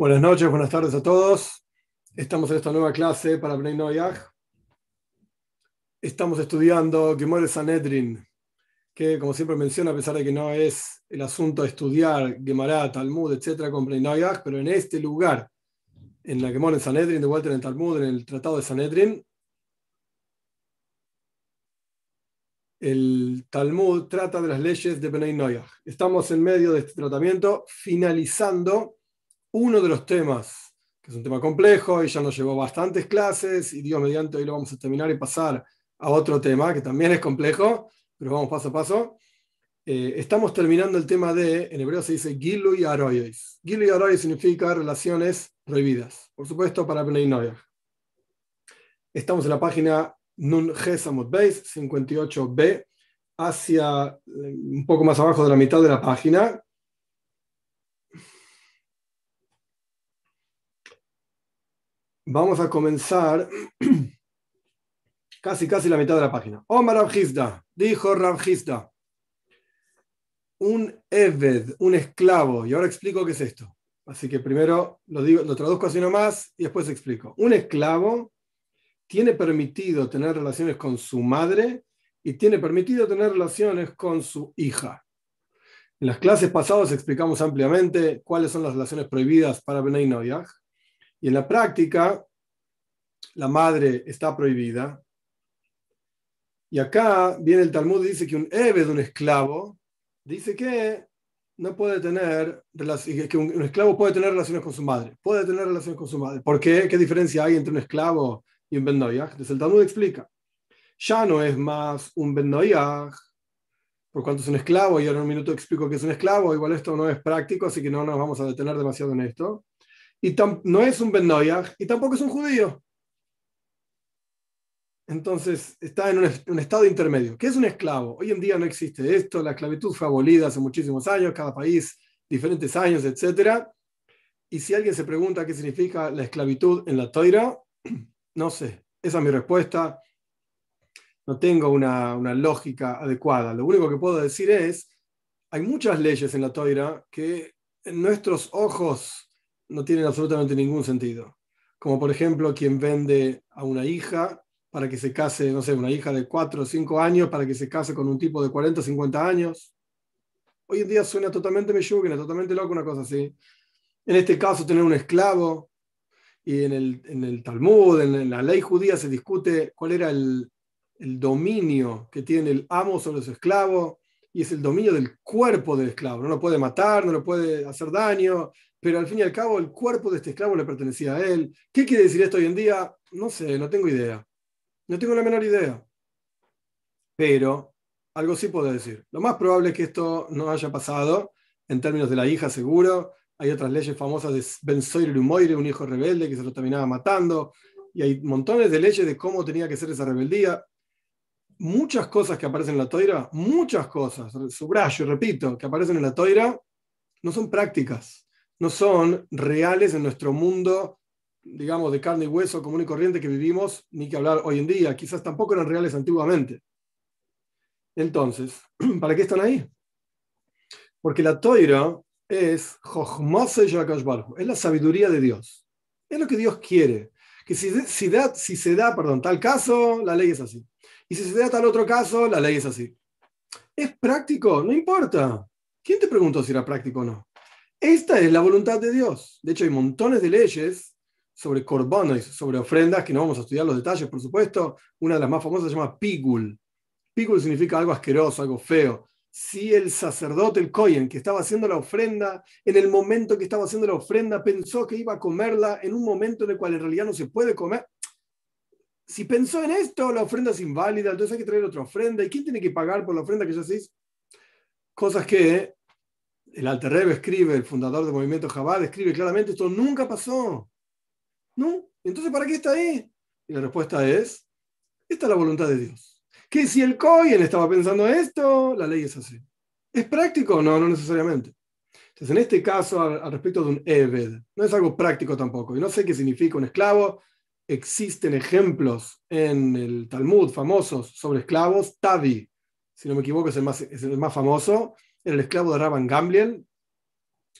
Buenas noches, buenas tardes a todos. Estamos en esta nueva clase para Bnei Noyaj. Estamos estudiando Gemara Sanedrin, que como siempre menciono, a pesar de que no es el asunto de estudiar Gemara, Talmud, etcétera, con Bnei Noyaj, pero en este lugar, en la Gemara Sanedrin, de vuelta en el Talmud, en el Tratado de Sanedrin, el Talmud trata de las leyes de Bnei Noyaj. Estamos en medio de este tratamiento, finalizando uno de los temas, que es un tema complejo y ya nos llevó bastantes clases, y Dios mediante hoy lo vamos a terminar y pasar a otro tema que también es complejo, pero vamos paso a paso. Estamos terminando el tema de, en hebreo se dice Gilui Aroyos. Gilui Aroyos significa relaciones prohibidas, por supuesto para Bnei Noyaj. Estamos en la página Nun Ges Amud Beis 58b, hacia un poco más abajo de la mitad de la página. Vamos a comenzar casi la mitad de la página. Omar Rav Hizda, dijo Rav Hizda, un Eved, un esclavo, y ahora explico qué es esto. Así que primero lo traduzco así nomás y después explico. Un esclavo tiene permitido tener relaciones con su madre y tiene permitido tener relaciones con su hija. En las clases pasadas explicamos ampliamente cuáles son las relaciones prohibidas para Bnei Noyaj, y en la práctica la madre está prohibida. Y acá viene el Talmud y dice que un Eved, un esclavo, dice que no puede tener que un esclavo puede tener relaciones con su madre. Puede tener relaciones con su madre. ¿Por qué? ¿Qué diferencia hay entre un esclavo y un Ben Noyaj? Entonces el Talmud explica. Ya no es más un Ben Noyaj, por cuanto es un esclavo, y ahora en un minuto explico que es un esclavo. Igual esto no es práctico, así que no nos vamos a detener demasiado en esto. Y no es un Ben Noyaj y tampoco es un judío. Entonces está en un estado intermedio. ¿Qué es un esclavo? Hoy en día no existe esto, la esclavitud fue abolida hace muchísimos años, cada país, diferentes años, etc. Y si alguien se pregunta qué significa la esclavitud en la Toira, no sé, esa es mi respuesta. No tengo una lógica adecuada. Lo único que puedo decir es, hay muchas leyes en la Toira que en nuestros ojos no tienen absolutamente ningún sentido. Como por ejemplo, quien vende a una hija para que se case, no sé, una hija de 4 o 5 años para que se case con un tipo de 40 o 50 años. Hoy en día suena totalmente meyúguena, totalmente loco una cosa así. En este caso, tener un esclavo, y en el Talmud, en la ley judía se discute cuál era el dominio que tiene el amo sobre su esclavo, y es el dominio del cuerpo del esclavo. No lo puede matar, no lo puede hacer daño, pero al fin y al cabo el cuerpo de este esclavo le pertenecía a él. ¿Qué quiere decir esto hoy en día? No sé, no tengo idea. No tengo la menor idea. Pero algo sí puedo decir. Lo más probable es que esto no haya pasado en términos de la hija, seguro. Hay otras leyes famosas de Ben Soir Moire, un hijo rebelde que se lo terminaba matando. Y hay montones de leyes de cómo tenía que ser esa rebeldía. Muchas cosas que aparecen en la Toira, muchas cosas, subrayo, repito, que aparecen en la Toira, no son prácticas, no son reales en nuestro mundo, digamos, de carne y hueso común y corriente que vivimos, ni que hablar hoy en día. Quizás tampoco eran reales antiguamente. Entonces, ¿para qué están ahí? Porque la Toira es es la sabiduría de Dios. Es lo que Dios quiere. Que si se da, tal caso, la ley es así. Y si se da tal otro caso, la ley es así. ¿Es práctico? No importa. ¿Quién te preguntó si era práctico o no? Esta es la voluntad de Dios. De hecho, hay montones de leyes sobre korbanos, sobre ofrendas, que no vamos a estudiar los detalles, por supuesto. Una de las más famosas se llama Pigul. Pigul significa algo asqueroso, algo feo. Si el sacerdote, el Kohen, que estaba haciendo la ofrenda, en el momento que estaba haciendo la ofrenda, pensó que iba a comerla en un momento en el cual en realidad no se puede comer. Si pensó en esto, la ofrenda es inválida, entonces hay que traer otra ofrenda. ¿Y quién tiene que pagar por la ofrenda que ya se hizo? Cosas que el Alter Rebbe escribe, el fundador del movimiento Chabad, escribe claramente, esto nunca pasó. ¿No? Entonces, ¿para qué está ahí? Y la respuesta es, esta es la voluntad de Dios. Que si el Kohen estaba pensando esto, la ley es así. ¿Es práctico? No, no necesariamente. Entonces, en este caso, al respecto de un Eved, no es algo práctico tampoco. Y no sé qué significa un esclavo. Existen ejemplos en el Talmud famosos sobre esclavos. Tavi, si no me equivoco, es el más famoso. Era el esclavo de Rabban Gamliel.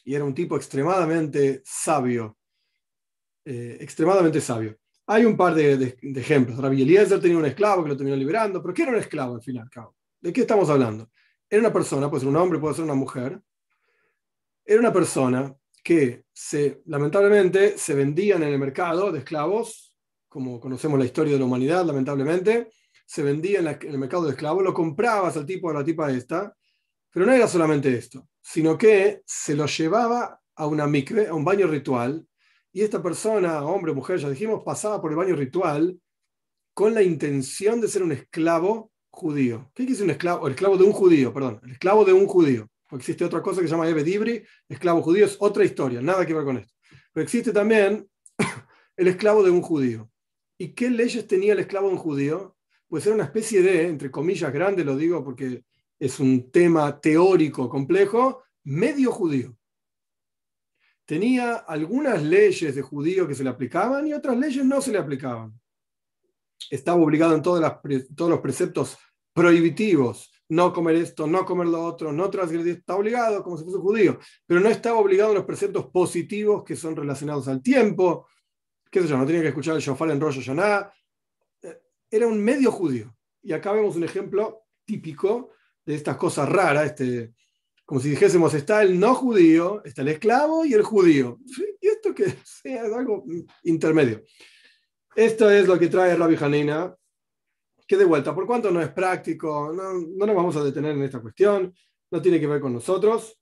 y era un tipo extremadamente sabio, extremadamente sabio. Hay un par de ejemplos. Rabbi Eliezer tenía un esclavo que lo terminó liberando, pero ¿qué era un esclavo al fin y al cabo? ¿De qué estamos hablando? Era una persona, puede ser un hombre, puede ser una mujer, era una persona que lamentablemente se vendían en el mercado de esclavos, como conocemos la historia de la humanidad, lamentablemente, se vendía en el mercado de esclavos, lo comprabas al tipo o a la tipa esta, pero no era solamente esto, sino que se lo llevaba a una mikve, a un baño ritual, y esta persona, hombre o mujer, ya dijimos, pasaba por el baño ritual con la intención de ser un esclavo judío. ¿Qué quiere decir un esclavo? El esclavo de un judío, perdón, el esclavo de un judío. Porque existe otra cosa que se llama Eved Ivri, esclavo judío, es otra historia, nada que ver con esto. Pero existe también el esclavo de un judío. ¿Y qué leyes tenía el esclavo de un judío? Pues era una especie de, entre comillas, grande, lo digo porque es un tema teórico complejo, medio judío. Tenía algunas leyes de judío que se le aplicaban y otras leyes no se le aplicaban. Estaba obligado en todos los preceptos prohibitivos, no comer esto, no comer lo otro, no transgredir, está obligado como si fuese judío, pero no estaba obligado en los preceptos positivos que son relacionados al tiempo, qué sé yo, no tenía que escuchar el shofar en Rosh Hashanah, era un medio judío. Y acá vemos un ejemplo típico de estas cosas raras, como si dijésemos, está el no judío, está el esclavo y el judío. Y esto que sea algo intermedio. Esto es lo que trae Rabbi Hanina, que de vuelta, por cuanto no es práctico, no nos vamos a detener en esta cuestión, no tiene que ver con nosotros.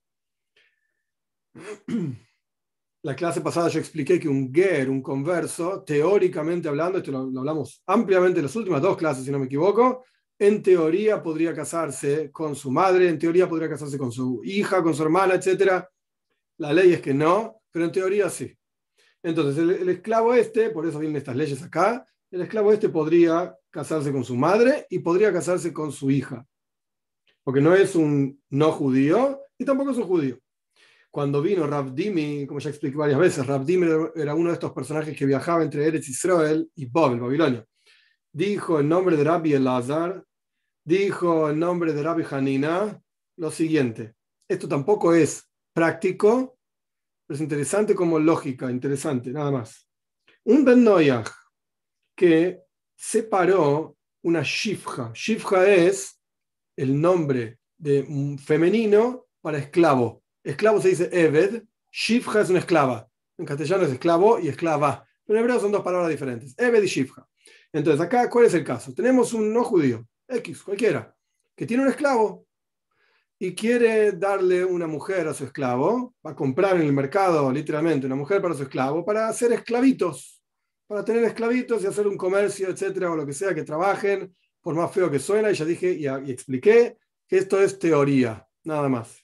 La clase pasada yo expliqué que un ger, un converso, teóricamente hablando, esto lo hablamos ampliamente en las últimas dos clases, si no me equivoco, en teoría podría casarse con su madre, en teoría podría casarse con su hija, con su hermana, etc. La ley es que no, pero en teoría sí. Entonces, el esclavo por eso vienen estas leyes acá, el esclavo podría casarse con su madre y podría casarse con su hija, porque no es un no judío y tampoco es un judío. Cuando vino Rav Dimi, como ya expliqué varias veces, Rav Dimi era uno de estos personajes que viajaba entre Eretz Israel y Babilonia. Dijo en nombre de Rabbi Elazar, dijo en nombre de Rabbi Hanina lo siguiente. Esto tampoco es práctico, pero es interesante como lógica, interesante, nada más. Un Ben Noyaj que separó una shifja. Shifja es el nombre de un femenino para esclavo. Esclavo se dice Eved, shifja es una esclava. En castellano es esclavo y esclava. Pero en hebreo son dos palabras diferentes, Eved y shifja. Entonces acá, ¿cuál es el caso? Tenemos un no judío, X, cualquiera, que tiene un esclavo y quiere darle una mujer a su esclavo, va a comprar en el mercado literalmente una mujer para su esclavo, para hacer esclavitos, para tener esclavitos y hacer un comercio, etcétera, o lo que sea, que trabajen, por más feo que suena, y ya dije y expliqué que esto es teoría, nada más.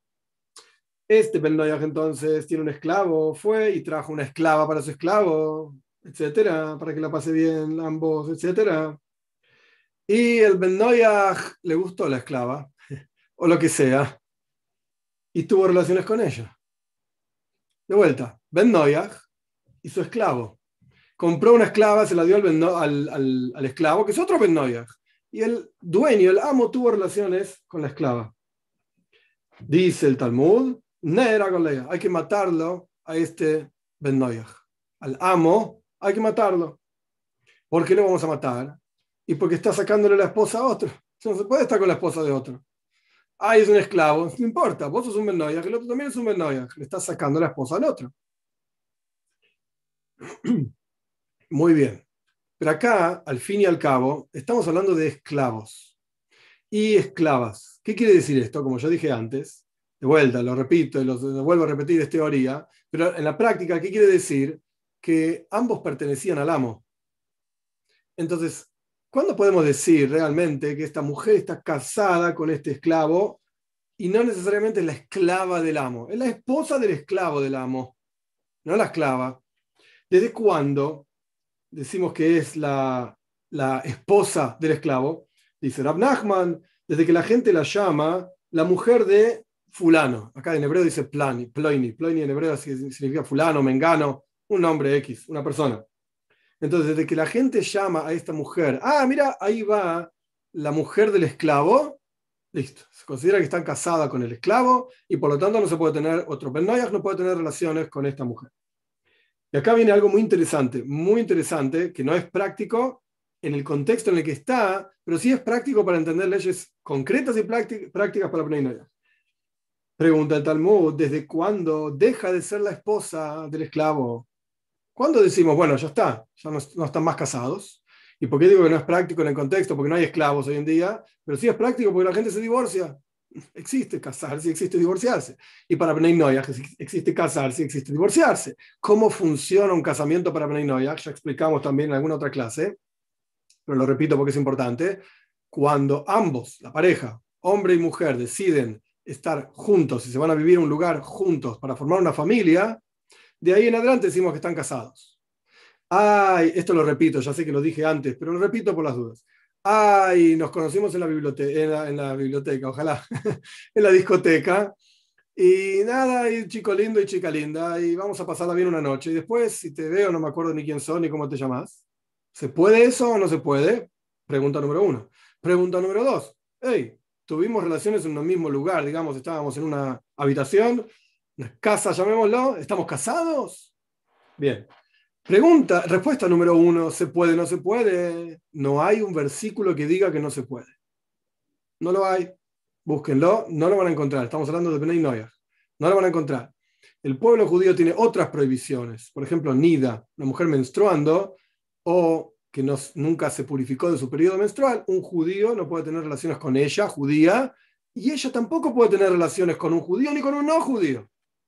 Ben Noyaj entonces tiene un esclavo, fue y trajo una esclava para su esclavo, etcétera, para que la pase bien ambos, etcétera. Y el Ben Noyaj le gustó la esclava, o lo que sea, y tuvo relaciones con ella. De vuelta, Ben Noyaj y su esclavo. Compró una esclava, se la dio al esclavo, que es otro Ben Noyaj. Y el dueño, el amo, tuvo relaciones con la esclava. Dice el Talmud, hay que matarlo a Ben Noyaj. Al amo hay que matarlo. ¿Por qué lo vamos a matar? Y porque está sacándole la esposa a otro. No se puede estar con la esposa de otro. Es un esclavo, no importa, vos sos un Ben Noyaj, el otro también es un Ben Noyaj, le está sacando la esposa al otro. Muy bien. Pero acá, al fin y al cabo, estamos hablando de esclavos y esclavas. ¿Qué quiere decir esto? Como yo dije antes, de vuelta, lo repito y lo vuelvo a repetir, es teoría, pero en la práctica, ¿qué quiere decir? Que ambos pertenecían al amo. Entonces, ¿cuándo podemos decir realmente que esta mujer está casada con este esclavo y no necesariamente es la esclava del amo? Es la esposa del esclavo del amo, no la esclava. ¿Desde cuándo decimos que es la esposa del esclavo? Dice Rab Nachman, desde que la gente la llama la mujer de fulano. Acá en hebreo dice Ploini. Ploini en hebreo significa fulano, mengano, un nombre X, una persona. Entonces, desde que la gente llama a esta mujer, mira, ahí va la mujer del esclavo, Listo. Se considera que están casadas con el esclavo y por lo tanto no se puede tener, otro Ben Noach no puede tener relaciones con esta mujer. Y acá viene algo muy interesante, que no es práctico en el contexto en el que está, pero sí es práctico para entender leyes concretas y prácticas para Bnei Noach. Pregunta el Talmud, ¿desde cuándo deja de ser la esposa del esclavo? ¿Cuándo decimos, bueno, ya está, ya no están más casados? ¿Y por qué digo que no es práctico en el contexto? Porque no hay esclavos hoy en día, pero sí es práctico porque la gente se divorcia. Existe casarse y existe divorciarse. Y para Bnei Noach existe casarse y existe divorciarse. ¿Cómo funciona un casamiento para Bnei Noach? Ya explicamos también en alguna otra clase, pero lo repito porque es importante. Cuando ambos, la pareja, hombre y mujer, deciden estar juntos y se van a vivir en un lugar juntos para formar una familia, de ahí en adelante decimos que están casados. Ay, esto lo repito, ya sé que lo dije antes, pero lo repito por las dudas. Ay, nos conocimos en la biblioteca, en la biblioteca, ojalá, en la discoteca, y nada, y chico lindo y chica linda, y vamos a pasarla bien una noche, y después, si te veo, no me acuerdo ni quién son ni cómo te llamas. ¿Se puede eso o no se puede? Pregunta número uno. Pregunta número dos. Hey, tuvimos relaciones en un mismo lugar, digamos, estábamos en una habitación, una casa, llamémoslo, ¿estamos casados? Bien. Respuesta número uno, ¿se puede o no se puede? No hay un versículo que diga que no se puede. No lo hay. Búsquenlo, no lo van a encontrar. Estamos hablando de Bnei Noach. No lo van a encontrar. El pueblo judío tiene otras prohibiciones. Por ejemplo, Nida, una mujer menstruando o que nunca se purificó de su periodo menstrual. Un judío no puede tener relaciones con ella, judía, y ella tampoco puede tener relaciones con un judío ni con un no judío.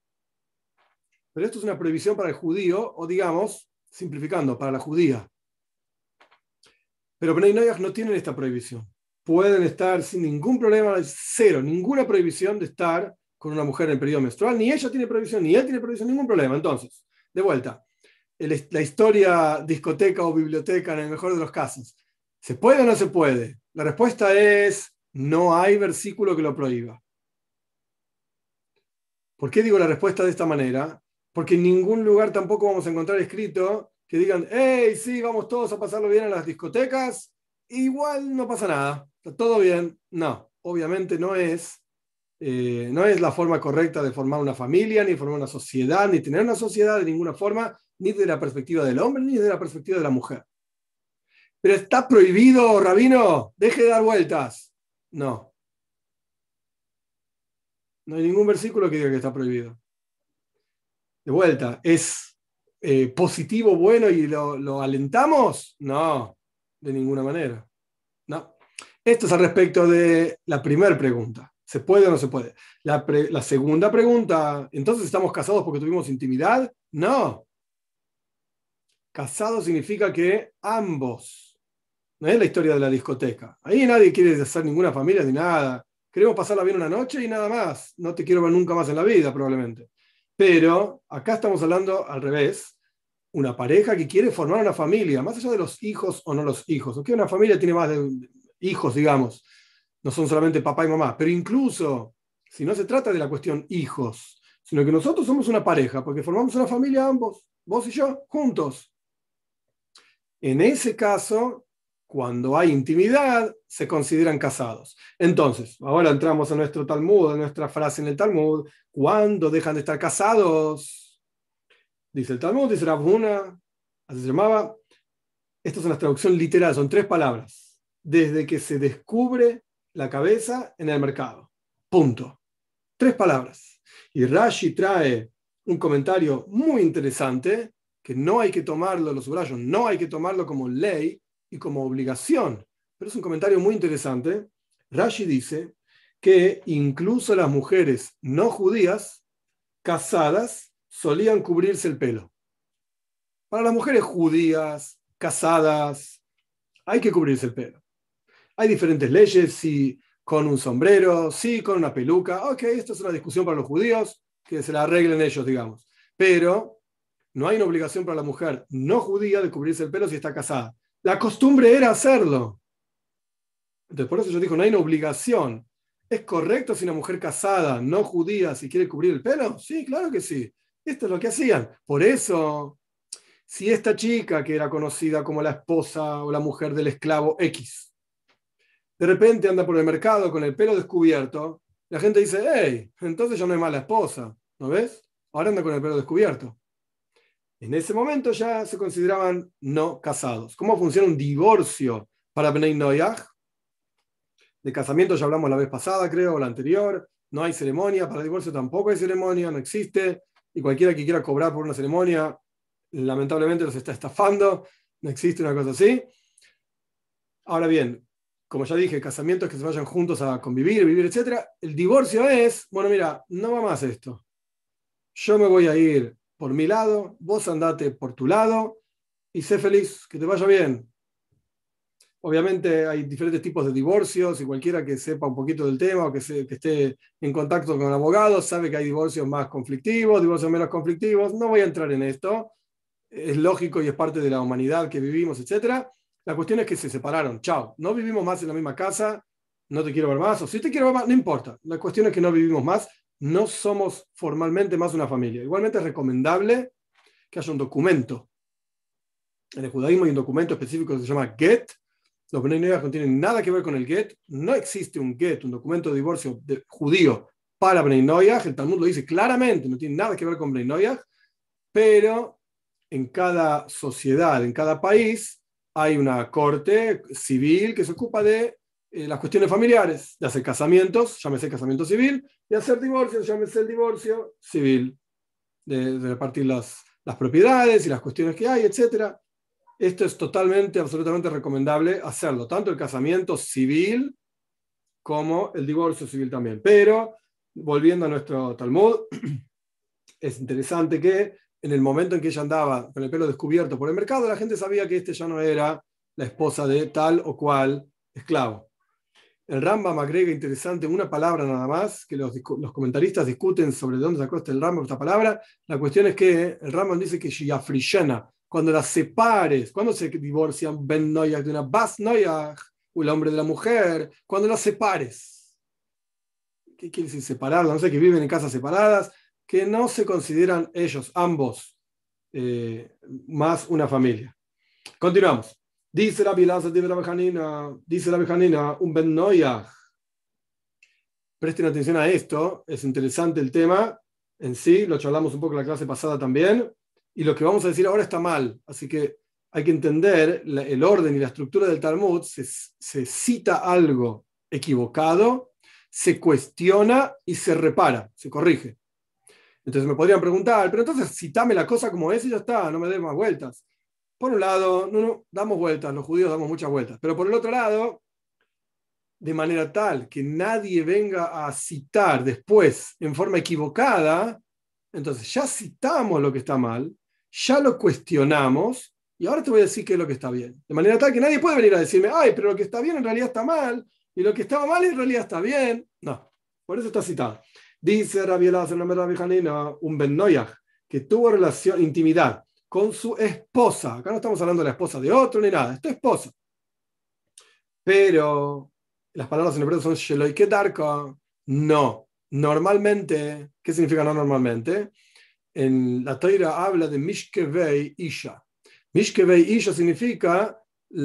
Pero esto es una prohibición para el judío, o digamos, simplificando, para la judía. Pero Bnei Noach no tienen esta prohibición. Pueden estar sin ningún problema, cero, ninguna prohibición de estar con una mujer en el periodo menstrual, ni ella tiene prohibición, ni él tiene prohibición, ningún problema. Entonces, de vuelta, la historia discoteca o biblioteca en el mejor de los casos, ¿se puede o no se puede? La respuesta es, no hay versículo que lo prohíba. ¿Por qué digo la respuesta de esta manera? Porque en ningún lugar tampoco vamos a encontrar escrito que digan, hey, sí, vamos todos a pasarlo bien en las discotecas, igual no pasa nada, está todo bien. No, obviamente no es la forma correcta de formar una familia, ni formar una sociedad, ni tener una sociedad de ninguna forma, ni desde la perspectiva del hombre, ni desde la perspectiva de la mujer. Pero está prohibido, rabino, deje de dar vueltas. No, no hay ningún versículo que diga que está prohibido. De vuelta, ¿es positivo, bueno y lo alentamos? No, de ninguna manera. No. Esto es al respecto de la primera pregunta. ¿Se puede o no se puede? La segunda pregunta, ¿entonces estamos casados porque tuvimos intimidad? No. Casado significa que ambos. No es la historia de la discoteca. Ahí nadie quiere hacer ninguna familia ni nada. Queremos pasarla bien una noche y nada más. No te quiero ver nunca más en la vida, probablemente. Pero acá estamos hablando al revés. Una pareja que quiere formar una familia, más allá de los hijos o no los hijos. O que una familia tiene más de hijos, digamos. No son solamente papá y mamá. Pero incluso, si no se trata de la cuestión hijos, sino que nosotros somos una pareja, porque formamos una familia ambos, vos y yo, juntos. En ese caso, cuando hay intimidad, se consideran casados. Entonces, ahora entramos a nuestro Talmud, a nuestra frase en el Talmud. ¿Cuándo dejan de estar casados? Dice el Talmud, dice Rav Huna, así se llamaba. Esto es una traducción literal, son 3 palabras. Desde que se descubre la cabeza en el mercado. Punto. 3 palabras. Y Rashi trae un comentario muy interesante que no hay que tomarlo, los subrayos, no hay que tomarlo como ley y como obligación. Pero es un comentario muy interesante. Rashi dice que incluso las mujeres no judías casadas solían cubrirse el pelo. Para las mujeres judías casadas hay que cubrirse el pelo. Hay diferentes leyes, si con un sombrero, si con una peluca. Ok, esto es una discusión para los judíos, que se la arreglen ellos, digamos. Pero no hay una obligación para la mujer no judía de cubrirse el pelo si está casada. La costumbre era hacerlo. Entonces, por eso yo digo, no hay una obligación. ¿Es correcto si una mujer casada, no judía, si quiere cubrir el pelo? Sí, claro que sí. Esto es lo que hacían. Por eso, si esta chica, que era conocida como la esposa o la mujer del esclavo X, de repente anda por el mercado con el pelo descubierto, la gente dice, hey, entonces ya no es mala esposa, ¿no ves? Ahora anda con el pelo descubierto. En ese momento ya se consideraban no casados. ¿Cómo funciona un divorcio para Bnei Noyaj? De casamiento ya hablamos la vez pasada, creo, o la anterior. No hay ceremonia, para divorcio tampoco hay ceremonia, no existe. Y cualquiera que quiera cobrar por una ceremonia, lamentablemente los está estafando. No existe una cosa así. Ahora bien, como ya dije, casamientos que se vayan juntos a convivir, vivir, etc. El divorcio es, bueno, mira, no va más esto. Yo me voy a ir por mi lado, vos andate por tu lado y sé feliz, que te vaya bien. Obviamente hay diferentes tipos de divorcios y cualquiera que sepa un poquito del tema o que esté en contacto con abogados sabe que hay divorcios más conflictivos, divorcios menos conflictivos. No voy a entrar en esto. Es lógico y es parte de la humanidad que vivimos, etc. La cuestión es que se separaron. Chao. No vivimos más en la misma casa. No te quiero ver más. O si te quiero ver más, no importa. La cuestión es que no vivimos más. No somos formalmente más una familia. Igualmente es recomendable que haya un documento. En el judaísmo hay un documento específico que se llama Get. Los Bnei Noyaj no tienen nada que ver con el Get. No existe un Get, un documento de divorcio judío para Bnei Noyaj. El Talmud lo dice claramente, no tiene nada que ver con Bnei Noyaj. Pero en cada sociedad, en cada país, hay una corte civil que se ocupa de las cuestiones familiares, de hacer casamientos, llámese casamiento civil, y hacer divorcios, llámese el divorcio civil, de repartir las propiedades y las cuestiones que hay, etc. Esto es totalmente, absolutamente recomendable hacerlo, tanto el casamiento civil como el divorcio civil también. Pero, volviendo a nuestro Talmud, es interesante que en el momento en que ella andaba con el pelo descubierto por el mercado, la gente sabía que este ya no era la esposa de tal o cual esclavo. El Rambam agrega interesante una palabra nada más, que los comentaristas discuten sobre de dónde sacó el Rambam esta palabra. La cuestión es que el Rambam dice que Shiafrishena, cuando las separes, cuando se divorcian Ben Noyaj de una Bas Noyaj, o el hombre de la mujer, cuando las separes. ¿Qué quiere decir separarlas? No sé, que viven en casas separadas, que no se consideran ellos, ambos, más una familia. Continuamos. Dice la Bilaza de la Bejanina, dice la Bejanina, un Ben Noyaj. Presten atención a esto, es interesante el tema en sí, lo charlamos un poco en la clase pasada también, y lo que vamos a decir ahora está mal, así que hay que entender el orden y la estructura del Talmud. Se cita algo equivocado, se cuestiona y se repara, se corrige. Entonces me podrían preguntar, pero entonces citame la cosa como es y ya está, no me des más vueltas. Por un lado, no, damos vueltas, los judíos damos muchas vueltas, pero por el otro lado, de manera tal que nadie venga a citar después en forma equivocada, entonces ya citamos lo que está mal, ya lo cuestionamos y ahora te voy a decir qué es lo que está bien. De manera tal que nadie puede venir a decirme, ay, pero lo que está bien en realidad está mal y lo que estaba mal en realidad está bien. No, por eso está citado. Dice Rabbi Elazar, Rabbi Hanina, un Ben Noyaj, que tuvo relación, intimidad con su esposa. Acá no estamos hablando de la esposa de otro ni nada, es tu esposa. Pero las palabras en hebreo son Sheloi Kedarka. No. Normalmente, ¿qué significa no normalmente? En la Torah habla de Mishkevei Isha. Mishkevei Isha significa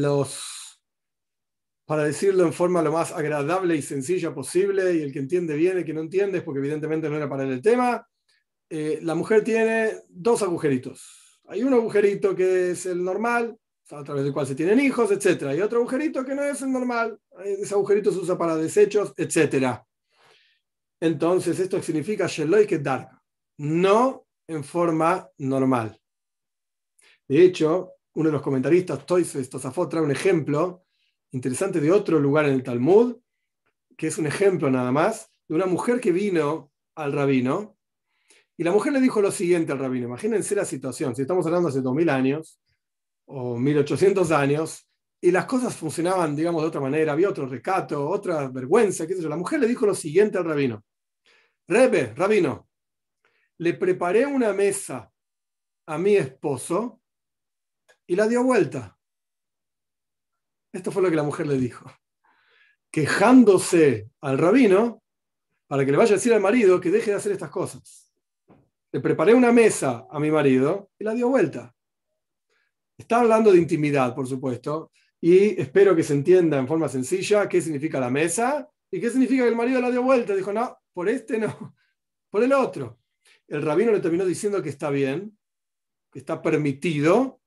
para decirlo en forma lo más agradable y sencilla posible, y el que entiende bien, el que no entiende, es porque evidentemente no era para él el tema. La mujer tiene dos agujeritos. Hay un agujerito que es el normal, a través del cual se tienen hijos, etc. Y otro agujerito que no es el normal. Ese agujerito se usa para desechos, etc. Entonces, esto significa Sheloi Kedarka, no en forma normal. De hecho, uno de los comentaristas, Tosafot, trae un ejemplo interesante de otro lugar en el Talmud, que es un ejemplo nada más, de una mujer que vino al rabino, y la mujer le dijo lo siguiente al rabino. Imagínense la situación, si estamos hablando hace 2000 años, o 1800 años, y las cosas funcionaban, digamos, de otra manera, había otro recato, otra vergüenza, qué sé yo. La mujer le dijo lo siguiente al rabino: Rabino, le preparé una mesa a mi esposo y la dio vuelta. Esto fue lo que la mujer le dijo, quejándose al rabino para que le vaya a decir al marido que deje de hacer estas cosas. Le preparé una mesa a mi marido y la dio vuelta. Está hablando de intimidad, por supuesto, Y espero que se entienda en forma sencilla qué significa la mesa y qué significa que el marido la dio vuelta. Dijo, no, por este no, por el otro. El rabino le terminó diciendo que está bien, que está permitido,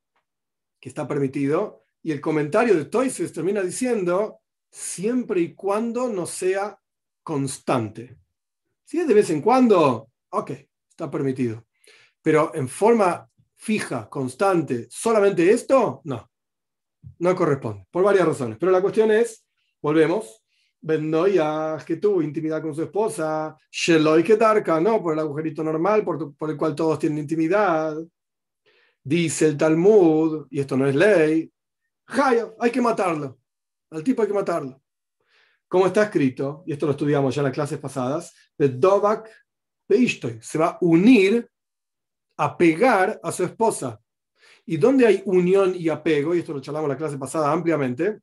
y el comentario de Toises termina diciendo, siempre y cuando no sea constante. Si es de vez en cuando, ok, está permitido. Pero en forma fija, constante, solamente esto, no, no corresponde, por varias razones. Pero la cuestión es, volvemos, Bendoya, que tuvo intimidad con su esposa, Sheloy Kedarka, no por el agujerito normal por el cual todos tienen intimidad. Dice el Talmud, y esto no es ley, Jaya, hay que matarlo. Al tipo hay que matarlo. Como está escrito, y esto lo estudiamos ya en las clases pasadas, de Dovak Beishtoy, se va a unir, a pegar a su esposa. ¿Y dónde hay unión y apego? Y esto lo charlamos en la clase pasada ampliamente.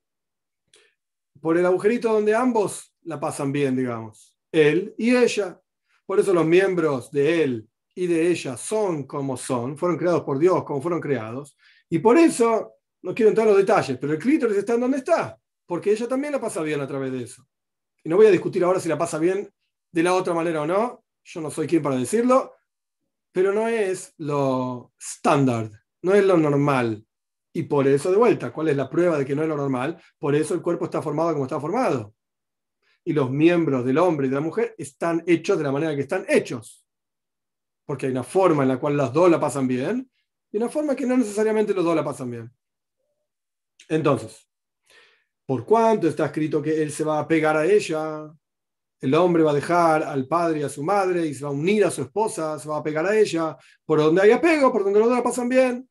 Por el agujerito donde ambos la pasan bien, digamos. Él y ella. Por eso los miembros de él y de ella son como son, fueron creados por Dios como fueron creados. Y por eso, no quiero entrar en los detalles, pero el clítoris está en donde está, porque ella también la pasa bien a través de eso. Y no voy a discutir ahora si la pasa bien de la otra manera o no, yo no soy quien para decirlo, pero no es lo estándar, no es lo normal. Y por eso, de vuelta, ¿cuál es la prueba de que no es lo normal? Por eso el cuerpo está formado como está formado. Y los miembros del hombre y de la mujer están hechos de la manera que están hechos. Porque hay una forma en la cual las dos la pasan bien y una forma que no necesariamente los dos la pasan bien. Entonces, ¿por cuánto está escrito que él se va a pegar a ella? El hombre va a dejar al padre y a su madre y se va a unir a su esposa, se va a pegar a ella, por donde hay apego, por donde los dos la pasan bien.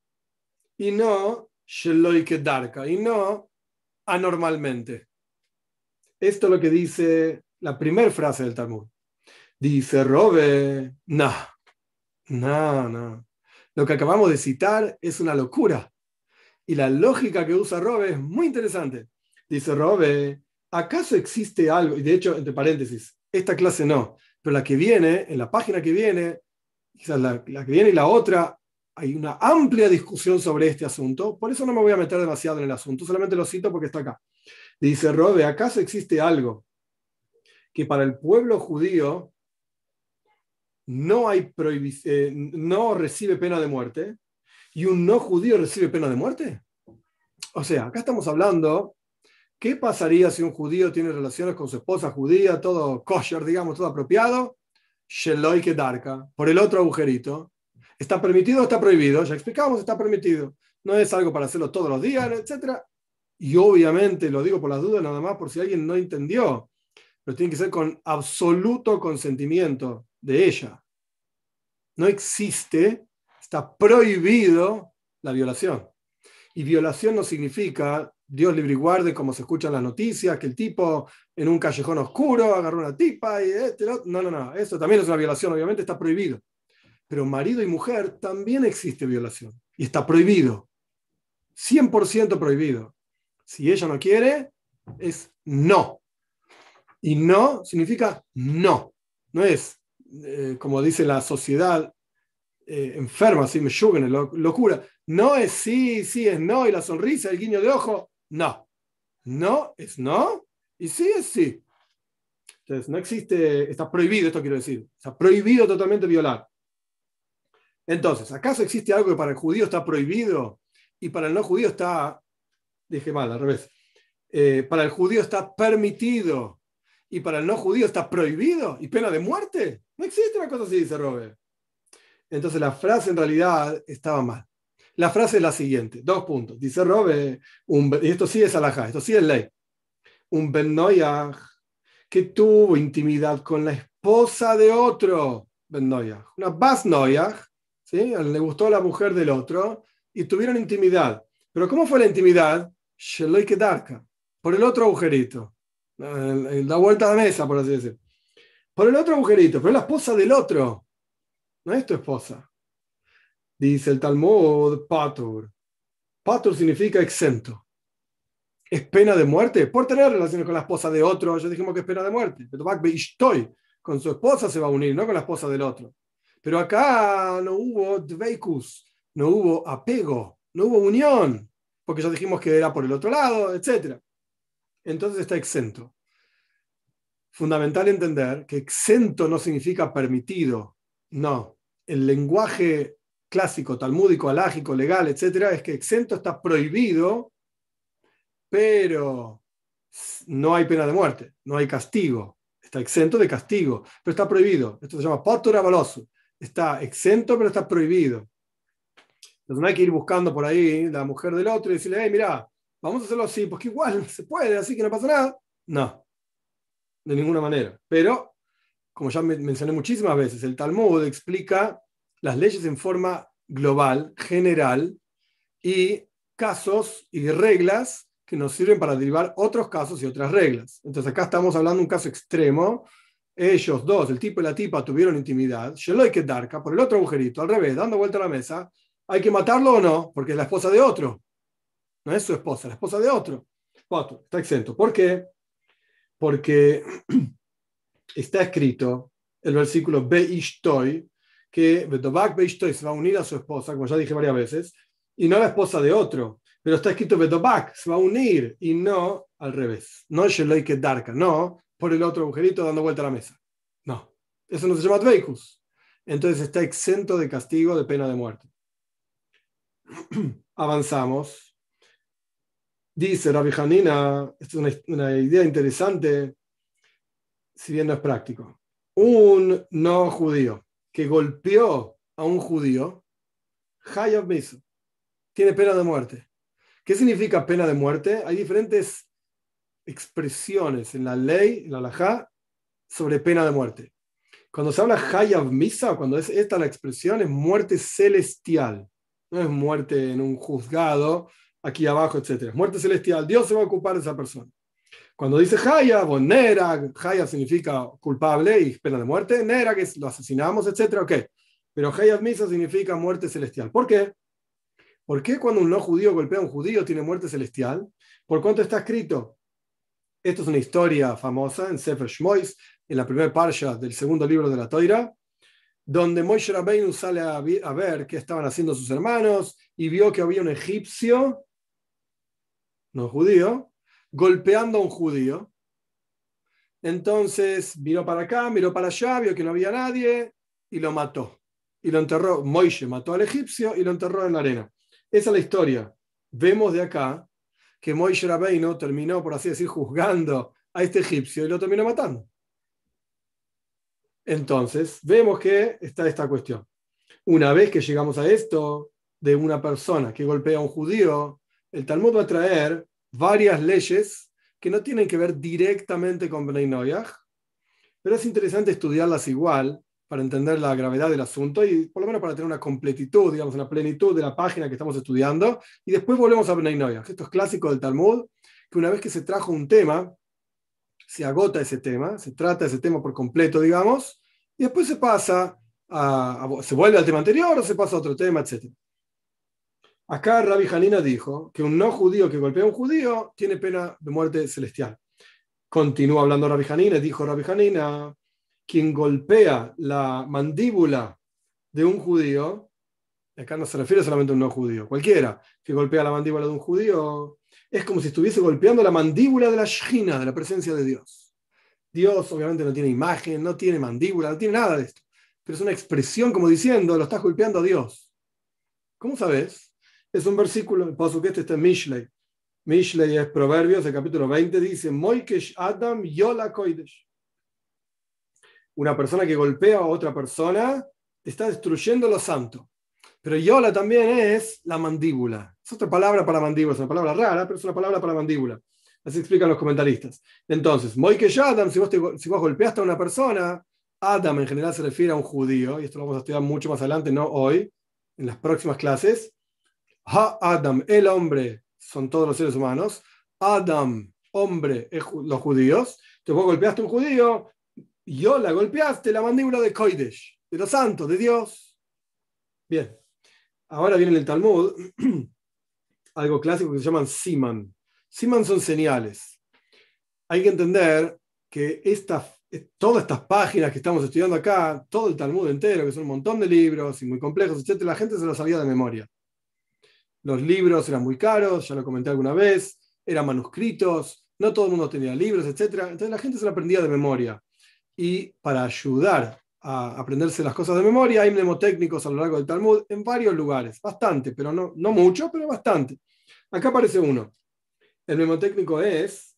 Y no, Sheloike y no anormalmente. Esto es lo que dice la primera frase del Talmud. Dice Robe, no, no, no. Lo que acabamos de citar es una locura. Y la lógica que usa Robe es muy interesante. Dice Robe, ¿acaso existe algo? Y de hecho, entre paréntesis, esta clase no, pero la que viene, en la página que viene, quizás la que viene y la otra, hay una amplia discusión sobre este asunto. Por eso no me voy a meter demasiado en el asunto, solamente lo cito porque está acá. Dice Robe, ¿acaso existe algo que para el pueblo judío no recibe pena de muerte y un no judío recibe pena de muerte? O sea, acá estamos hablando, ¿qué pasaría si un judío tiene relaciones con su esposa judía, todo kosher, digamos, todo apropiado? Sheloy Kedarka, por el otro agujerito. ¿Está permitido o está prohibido? Ya explicamos, está permitido. No es algo para hacerlo todos los días, etc. Y obviamente, lo digo por las dudas nada más, por si alguien no entendió, pero tiene que ser con absoluto consentimiento de ella. No existe, está prohibido la violación. Y violación no significa, Dios libre y guarde, como se escucha en las noticias, que el tipo en un callejón oscuro agarró una tipa y no, no, no, eso también es una violación, obviamente está prohibido. Pero marido y mujer también existe violación y está prohibido, 100% prohibido. Si ella no quiere, es no. Y no significa no. No es, como dice la sociedad enferma, así me yugan, locura. No es sí, sí es no, y la sonrisa, el guiño de ojo, no. No es no, y sí es sí. Entonces, no existe, está prohibido, esto quiero decir, está prohibido totalmente violar. Entonces, ¿acaso existe algo que para el judío está prohibido y para el no judío está, dije mal, al revés, para el judío está permitido y para el no judío está prohibido y pena de muerte? No existe una cosa así, dice Robert. Entonces la frase en realidad estaba mal. La frase es la siguiente, 2 puntos. Dice Robert, y esto sí es alajá, esto sí es ley. Un ben noyaj que tuvo intimidad con la esposa de otro ben noyaj, una bas noyaj, ¿sí? Le gustó la mujer del otro y tuvieron intimidad. Pero ¿cómo fue la intimidad? Sheloy Kedarka, por el otro agujerito. La vuelta de mesa, por así decir. Por el otro agujerito, pero es la esposa del otro. No es tu esposa. Dice el Talmud, Patur. Patur significa exento. ¿Es pena de muerte? Por tener relaciones con la esposa de otro, ya dijimos que es pena de muerte. Pero con su esposa se va a unir, no con la esposa del otro. Pero acá no hubo dveikus, no hubo apego, no hubo unión. porque ya dijimos que era por el otro lado, etc. Entonces está exento. Fundamental entender que exento no significa permitido. No. El lenguaje clásico, talmúdico, alágico, legal, etc., es que exento está prohibido, pero no hay pena de muerte, no hay castigo. Está exento de castigo, pero está prohibido. Esto se llama potura baloso. Está exento, pero está prohibido. Entonces no hay que ir buscando por ahí la mujer del otro y decirle, hey, mira, vamos a hacerlo así, porque igual se puede, así que no pasa nada. No, de ninguna manera. Pero, como ya mencioné muchísimas veces, el Talmud explica las leyes en forma global, general, y casos y reglas que nos sirven para derivar otros casos y otras reglas. Entonces acá estamos hablando de un caso extremo. Ellos dos, el tipo y la tipa, tuvieron intimidad. Sheloy que Darka, por el otro agujerito, al revés, dando vuelta a la mesa. ¿Hay que matarlo o no? Porque es la esposa de otro. No es su esposa, la esposa de otro. Otro, está exento. ¿Por qué? Porque está escrito el versículo Beishtoy, que Bedobak Beishtoy se va a unir a su esposa, como ya dije varias veces, y no a la esposa de otro. Pero está escrito Bedobak, se va a unir, y no al revés. No Sheloy que Darka, no por el otro agujerito dando vuelta a la mesa. No, eso no se llama Dveikus. Entonces está exento de castigo, de pena de muerte. Avanzamos. Dice Rabbi Hanina, esta es una idea interesante, si bien no es práctico. Un no judío que golpeó a un judío, Hayav Miso, tiene pena de muerte. ¿Qué significa pena de muerte? Hay diferentes expresiones en la ley, en la halajá, sobre pena de muerte. Cuando se habla Hayav Misa, cuando es esta la expresión, es muerte celestial. No es muerte en un juzgado, aquí abajo, etc. Es muerte celestial. Dios se va a ocupar de esa persona. Cuando dice Hayav o Nerag, Hayav significa culpable y pena de muerte. Nerag es lo asesinamos, etc. Ok. Pero Hayav Misa significa muerte celestial. ¿Por qué? ¿Por qué cuando un no judío golpea a un judío tiene muerte celestial? ¿Por cuánto está escrito? Esto es una historia famosa en Sefer Shmois, en la primera parsha del segundo libro de la Toira, donde Moshe Rabbeinu sale a ver qué estaban haciendo sus hermanos y vio que había un egipcio, no judío, golpeando a un judío. Entonces miró para acá, miró para allá, vio que no había nadie y lo mató. Y lo enterró. Moshe mató al egipcio y lo enterró en la arena. Esa es la historia. Vemos de acá que Moshe Rabbeinu terminó, por así decir, juzgando a este egipcio y lo terminó matando. Entonces, vemos que está esta cuestión. Una vez que llegamos a esto de una persona que golpea a un judío, el Talmud va a traer varias leyes que no tienen que ver directamente con Bnei Noyaj, pero es interesante estudiarlas igual para entender la gravedad del asunto y por lo menos para tener una completitud, digamos, una plenitud de la página que estamos estudiando, y después volvemos a Bnei Noyaj. Esto es clásico del Talmud, que una vez que se trajo un tema, se agota ese tema, se trata ese tema por completo, digamos, y después se pasa se vuelve al tema anterior o se pasa a otro tema, etc. Acá Rabbi Hanina dijo que un no judío que golpea a un judío tiene pena de muerte celestial. Continúa hablando Rabbi Hanina, dijo Rabbi Hanina, quien golpea la mandíbula de un judío, acá no se refiere solamente a un no judío, cualquiera que golpea la mandíbula de un judío, es como si estuviese golpeando la mandíbula de la Shechina, de la presencia de Dios. Dios obviamente no tiene imagen, no tiene mandíbula, no tiene nada de esto, pero es una expresión como diciendo, lo estás golpeando a Dios. ¿Cómo sabes? Es un versículo, el paso que este está en Mishlei. Mishlei es Proverbios, el capítulo 20, dice, Moikesh Adam Yola Koidesh. Una persona que golpea a otra persona está destruyendo lo santo. Pero Yola también es la mandíbula. Es otra palabra para mandíbula, es una palabra rara, pero es una palabra para mandíbula. Así explican los comentaristas. Entonces, Moikesh Adam, si vos golpeaste a una persona, Adam en general se refiere a un judío, y esto lo vamos a estudiar mucho más adelante, no hoy, en las próximas clases. Ha-Adam, el hombre, son todos los seres humanos. Adam, hombre, es los judíos. Entonces vos golpeaste a un judío, Yola, golpeaste la mandíbula de Koidesh, de los santos, de Dios. Bien. Ahora viene en el Talmud algo clásico que se llaman siman. Siman son señales. Hay que entender que todas estas páginas que estamos estudiando acá, todo el Talmud entero, que son un montón de libros y muy complejos, etc., la gente se lo sabía de memoria. Los libros eran muy caros, ya lo comenté alguna vez, eran manuscritos, no todo el mundo tenía libros, etc. Entonces la gente se lo aprendía de memoria. Y para ayudar a aprenderse las cosas de memoria, hay mnemotécnicos a lo largo del Talmud en varios lugares, bastante, pero no mucho, pero bastante. Acá aparece uno. El mnemotécnico es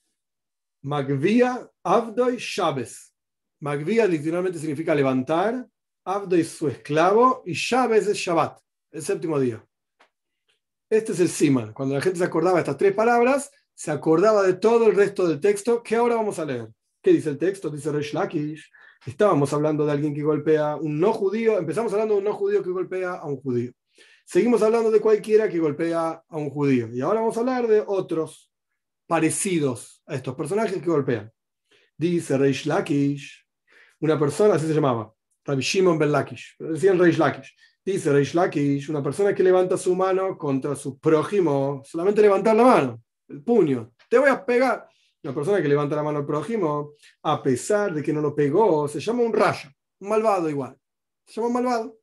Magvia Avdoi Shabes. Magvia literalmente significa levantar, Avdoi es su esclavo y Shabes es Shabbat, el séptimo día. Este es el Siman. Cuando la gente se acordaba de estas tres palabras, se acordaba de todo el resto del texto que ahora vamos a leer. ¿Qué dice el texto? Dice Reish Lakish. Estábamos hablando de alguien que golpea a un no judío. Empezamos hablando de un no judío que golpea a un judío. Seguimos hablando de cualquiera que golpea a un judío. Y ahora vamos a hablar de otros parecidos a estos personajes que golpean. Dice Reish Lakish, una persona, así se llamaba, Rabbi Shimon ben Lakish, pero decían Reish Lakish. Dice Reish Lakish, una persona que levanta su mano contra su prójimo, solamente levantar la mano, el puño, te voy a pegar. Una persona que levanta la mano al prójimo, a pesar de que no lo pegó, se llama un raya, un malvado igual. Se llama un malvado.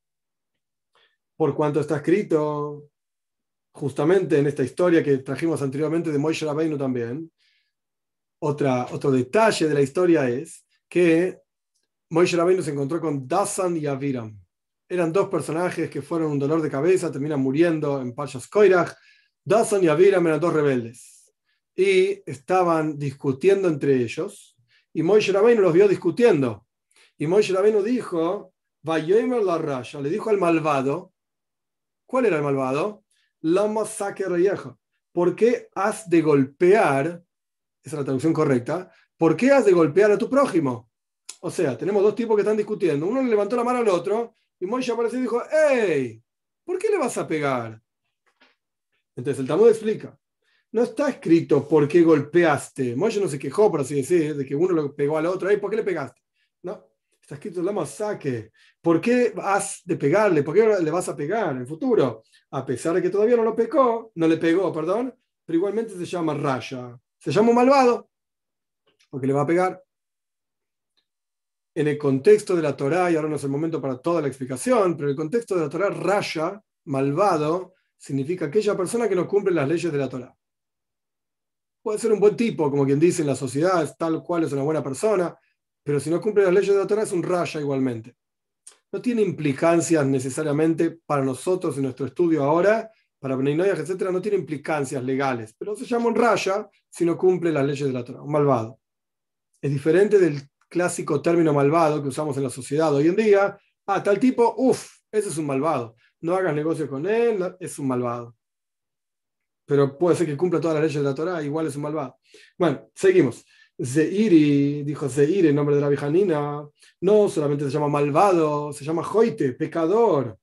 Por cuanto está escrito, justamente en esta historia que trajimos anteriormente de Moshe Rabbeinu también, otro detalle de la historia es que Moshe Rabbeinu se encontró con Dasan y Aviram. Eran dos personajes que fueron un dolor de cabeza, terminan muriendo en Parshas Koirach. Dasan y Aviram eran dos rebeldes y estaban discutiendo entre ellos y Moshe Rabbeinu los vio discutiendo y Moshe Rabbeinu dijo, Vayomer la raya, le dijo al malvado, ¿cuál era el malvado? Lama saque reyeja, ¿por qué has de golpear? Esa es la traducción correcta. ¿Por qué has de golpear a tu prójimo? O sea, tenemos dos tipos que están discutiendo. Uno le levantó la mano al otro y Moshe apareció y dijo, ¡Ey! ¿Por qué le vas a pegar? Entonces el Talmud explica. No está escrito por qué golpeaste. Moshe no se quejó, por así decir, de que uno lo pegó al otro. ¡Ey! ¿Por qué le pegaste? No. Está escrito la masaque. ¿Por qué has de pegarle? ¿Por qué le vas a pegar en el futuro? A pesar de que todavía no le pegó, perdón, pero igualmente se llama raya. Se llama un malvado porque le va a pegar. En el contexto de la Torá, y ahora no es el momento para toda la explicación, pero en el contexto de la Torá, raya, malvado, significa aquella persona que no cumple las leyes de la Torá. Puede ser un buen tipo, como quien dice en la sociedad, es tal cual es una buena persona, pero si no cumple las leyes de la Torá es un raya igualmente. No tiene implicancias necesariamente para nosotros en nuestro estudio ahora, para Bnei Noach, etcétera, no tiene implicancias legales, pero se llama un raya si no cumple las leyes de la Torá, un malvado. Es diferente del clásico término malvado que usamos en la sociedad hoy en día. Ah, tal tipo, ese es un malvado. No hagas negocio con él, es un malvado. Pero puede ser que cumpla todas las leyes de la Torá, igual es un malvado. Bueno, seguimos. Zeiri, dijo Zeiri en nombre de la Bijanina, no solamente se llama malvado, se llama joite, pecador.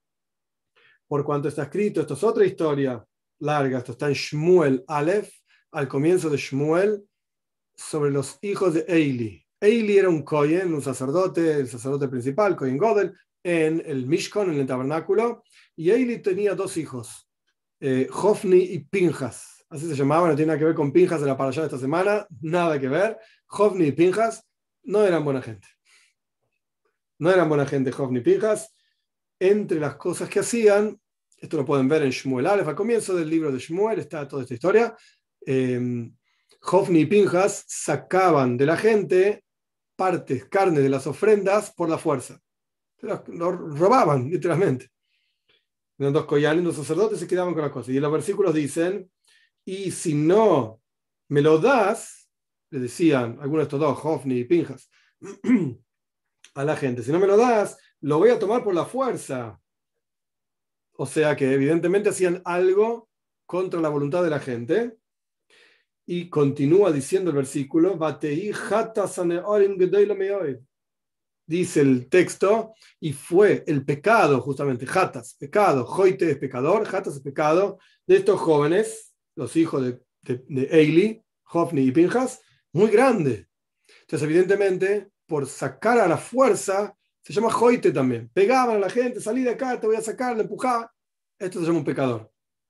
Por cuanto está escrito, esto es otra historia larga, esto está en Shmuel Aleph, al comienzo de Shmuel, sobre los hijos de Eili. Eili era un Kohen, un sacerdote, el sacerdote principal, Kohen Godel, en el Mishkan, en el tabernáculo, y Eili tenía dos hijos, Hofni y Pinjas. Así se llamaban, no tiene nada que ver con Pinjas de la parashá de esta semana, nada que ver. Hofni y Pinjas no eran buena gente. No eran buena gente Hofni y Pinjas. Entre las cosas que hacían, esto lo pueden ver en Shmuel Aleph, al comienzo del libro de Shmuel está toda esta historia. Hofni y Pinjas sacaban de la gente partes, carne de las ofrendas por la fuerza. Lo robaban, literalmente. Eran dos koyanim, dos sacerdotes, se quedaban con las cosas. Y en los versículos dicen, y si no me lo das, le decían algunos de estos dos, Hofni y Pinjas, a la gente, si no me lo das, lo voy a tomar por la fuerza. O sea que evidentemente hacían algo contra la voluntad de la gente. Y continúa diciendo el versículo, dice el texto, y fue el pecado, justamente, Hatas, pecado, Joite es pecador, Hatas es pecado, de estos jóvenes, los hijos de Eili, Hofni y Pinjas, muy grande. Entonces, evidentemente, por sacar a la fuerza, se llama Joite también. Pegaban a la gente, salí de acá, te voy a sacar, le empujaba. Esto se llama un pecador.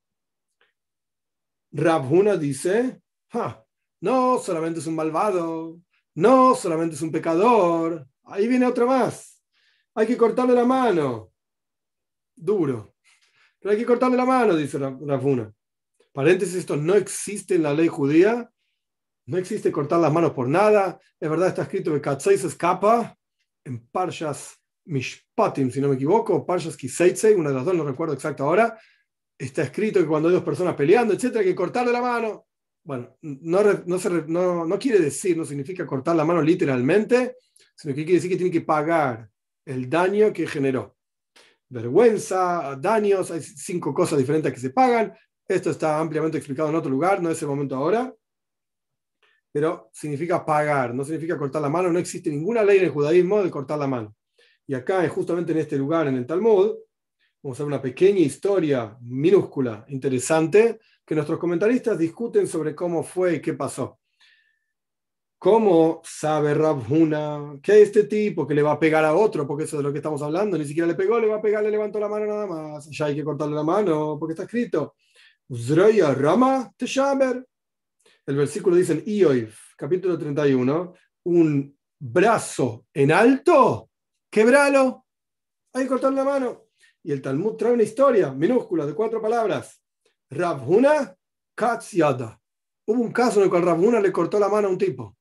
Rav Huna dice, no solamente es un malvado, no solamente es un pecador, ahí viene otra más, hay que cortarle la mano. Duro. Pero hay que cortarle la mano, dice Rav Huna. Paréntesis, esto no existe en la ley judía. No existe cortar las manos por nada. Es verdad, está escrito que Katzai se escapa en Parshas Mishpatim, si no me equivoco, Parshas Kiseitse, una de las dos, no recuerdo exacto ahora. Está escrito que cuando hay dos personas peleando, etcétera, hay que cortarle la mano. Bueno, no quiere decir, no significa cortar la mano literalmente, sino que quiere decir que tiene que pagar el daño que generó. Vergüenza, daños, hay 5 cosas diferentes que se pagan. Esto está ampliamente explicado en otro lugar, no es el momento ahora. Pero significa pagar, no significa cortar la mano. No existe ninguna ley en el judaísmo de cortar la mano. Y acá, justamente en este lugar, en el Talmud, vamos a ver una pequeña historia minúscula, interesante, que nuestros comentaristas discuten sobre cómo fue y qué pasó. ¿Cómo sabe Rav Huna que este tipo que le va a pegar a otro, porque eso es de lo que estamos hablando, ni siquiera le pegó, le va a pegar, le levantó la mano nada más? Ya hay que cortarle la mano, porque está escrito, Uzroya Rama Teshaber. El versículo dice en Ioif, capítulo 31, un brazo en alto, quebralo, hay que cortarle la mano. Y el Talmud trae una historia minúscula de 4 palabras. Rav Huna Katz Yada. Hubo un caso en el cual Rav Huna le cortó la mano a un tipo.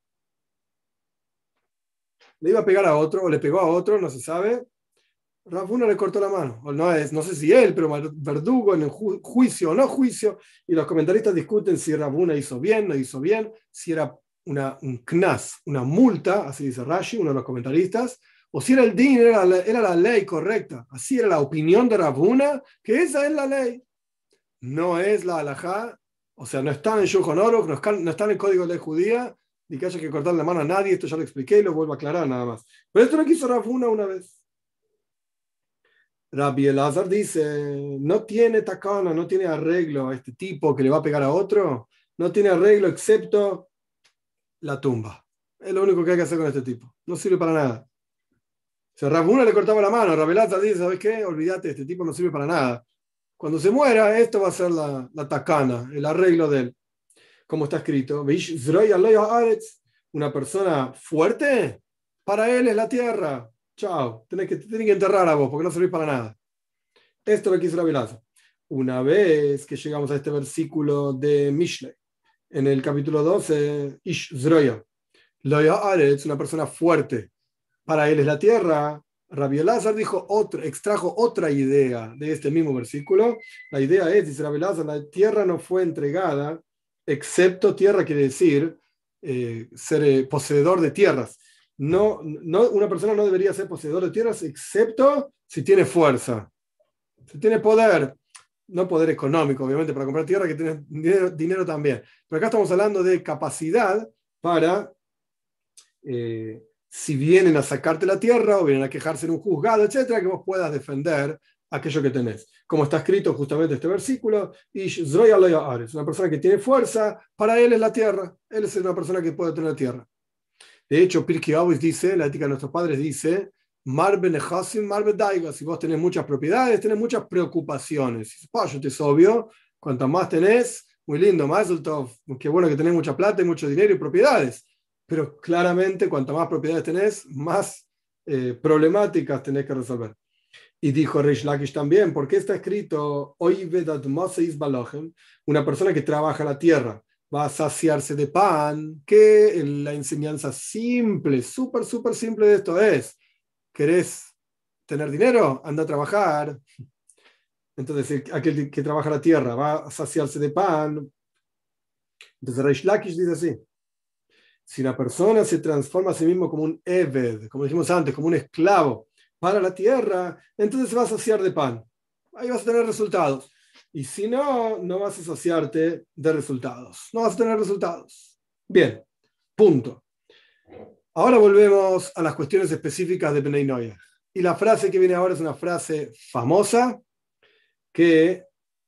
Le iba a pegar a otro, o le pegó a otro, no se sabe. Rav Huna le cortó la mano. O no sé si él, pero verdugo en el juicio o no juicio. Y los comentaristas discuten si Rav Huna hizo bien, no hizo bien, si era un knas, una multa, así dice Rashi, uno de los comentaristas, o si era el din, era la ley correcta. Así era la opinión de Rav Huna, que esa es la ley. No es la halajá, o sea, no está en Shulchan Aruch, no está en el código de ley judía, ni que haya que cortar la mano a nadie. Esto ya lo expliqué y lo vuelvo a aclarar nada más. Pero esto lo quiso Rav Huna una vez. Rabbi Elazar dice, no tiene takana, no tiene arreglo a este tipo que le va a pegar a otro, no tiene arreglo excepto la tumba. Es lo único que hay que hacer con este tipo. No sirve para nada. O sea, Rav Huna le cortaba la mano, Rabbi Elazar dice, ¿sabes qué? Olvídate, este tipo no sirve para nada. Cuando se muera, esto va a ser la takana, el arreglo de él. Como está escrito, una persona fuerte, para él es la tierra. Chao, tenés que enterrar a vos porque no servís para nada. Esto es lo que hizo Rabbi Elazar. Una vez que llegamos a este versículo de Mishlei, en el capítulo 12, Ish Zroya, Loya Aretz, una persona fuerte, para él es la tierra. Rabbi Elazar extrajo otra idea de este mismo versículo. La idea es, dice Rabbi Elazar, la tierra no fue entregada, excepto tierra quiere decir ser poseedor de tierras. Una persona no debería ser poseedor de tierras excepto si tiene fuerza. Si tiene poder, no poder económico, obviamente, para comprar tierra, que tiene dinero también. Pero acá estamos hablando de capacidad para, si vienen a sacarte la tierra o vienen a quejarse en un juzgado, etcétera, que vos puedas defender aquello que tenés. Como está escrito justamente este versículo, es una persona que tiene fuerza, para él es la tierra, él es una persona que puede tener tierra. De hecho, Pirkei Avos dice, la ética de nuestros padres dice, Marbe Nehasim, Marbe Daiga. Si vos tenés muchas propiedades, tenés muchas preocupaciones. Yo te es obvio, cuanto más tenés, muy lindo, más qué bueno que tenés mucha plata y mucho dinero y propiedades. Pero claramente, cuanto más propiedades tenés, más problemáticas tenés que resolver. Y dijo Reish Lakish también, porque está escrito, una persona que trabaja la tierra va a saciarse de pan, que la enseñanza simple, súper, súper simple de esto es, ¿querés tener dinero? Anda a trabajar. Entonces, aquel que trabaja la tierra va a saciarse de pan. Entonces, Reish Lakish dice así, si una persona se transforma a sí mismo como un Eved, como dijimos antes, como un esclavo para la tierra, entonces se va a saciar de pan. Ahí vas a tener resultados. Y si no, no vas a saciarte de resultados. No vas a tener resultados. Bien, punto. Ahora volvemos a las cuestiones específicas de Bnei Noach. Y la frase que viene ahora es una frase famosa que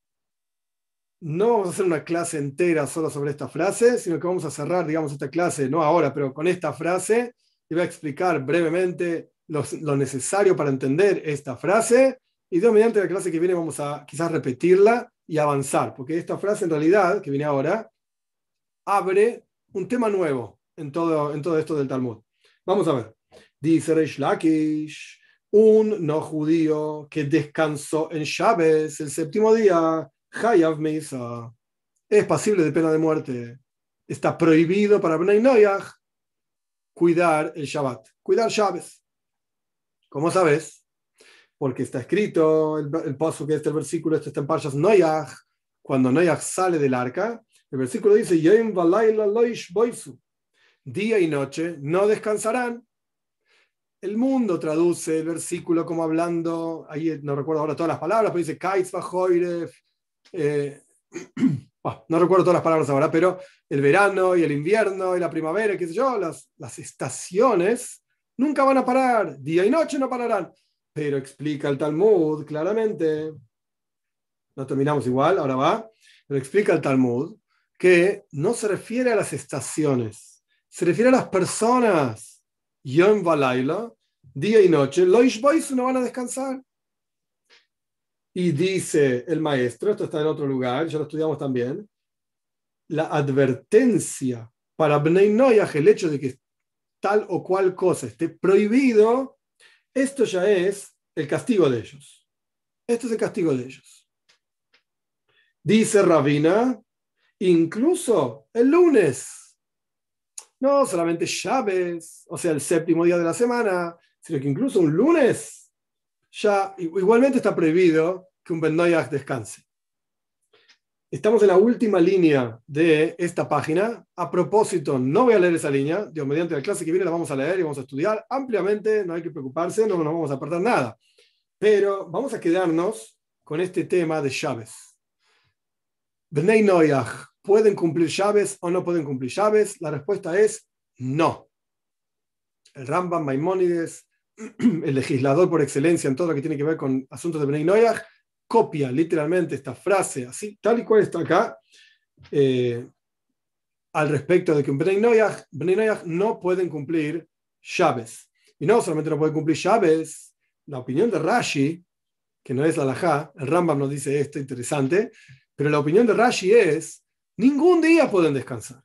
no vamos a hacer una clase entera solo sobre esta frase, sino que vamos a cerrar, digamos, esta clase, no ahora, pero con esta frase, y voy a explicar brevemente lo necesario para entender esta frase, y Dios mediante la clase que viene vamos a quizás repetirla y avanzar, porque esta frase en realidad, que viene ahora, abre un tema nuevo en todo esto del Talmud. Vamos a ver. Dice Reish Lakish, un no judío que descansó en Shabes, el séptimo día, Hayav Meisa, es pasible de pena de muerte. Está prohibido para Bnei Noyaj cuidar el Shabbat, cuidar Shabes. ¿Cómo sabes? Porque está escrito, el paso que el versículo este está en Parshas Noyaj, cuando Noyaj sale del arca, el versículo dice, Yom valayla lo yishboisu, día y noche no descansarán. El mundo traduce el versículo como hablando, ahí no recuerdo ahora todas las palabras, pero dice Kaitz Vajoiref, no recuerdo todas las palabras ahora, pero el verano y el invierno y la primavera, qué sé yo, las estaciones nunca van a parar, día y noche no pararán. Pero explica el Talmud claramente, no terminamos igual, ahora va, pero explica el Talmud que no se refiere a las estaciones, se refiere a las personas. Yom Valayla, día y noche, Loish Boys no van a descansar. Y dice el maestro, esto está en otro lugar, ya lo estudiamos también, la advertencia para Bnei Noyaj, el hecho de que tal o cual cosa esté prohibido, esto ya es el castigo de ellos. Esto es el castigo de ellos. Dice Rabina, incluso el lunes, no solamente Shabes, o sea, el séptimo día de la semana, sino que incluso un lunes, ya igualmente está prohibido que un Ben Noyaj descanse. Estamos en la última línea de esta página. A propósito, no voy a leer esa línea. Dios, mediante la clase que viene la vamos a leer y vamos a estudiar ampliamente. No hay que preocuparse, no nos vamos a perder nada. Pero vamos a quedarnos con este tema de Shabes. Bnei Noyaj, ¿pueden cumplir Shabes o no pueden cumplir Shabes? La respuesta es no. El Rambam Maimónides, el legislador por excelencia en todo lo que tiene que ver con asuntos de Bnei Noyaj, copia literalmente esta frase así, tal y cual está acá, al respecto de que Bnei Noyaj no pueden cumplir Shabes. Y no solamente no pueden cumplir Shabes, la opinión de Rashi, que no es la halajá, el Rambam nos dice esto interesante, pero la opinión de Rashi es, ningún día pueden descansar.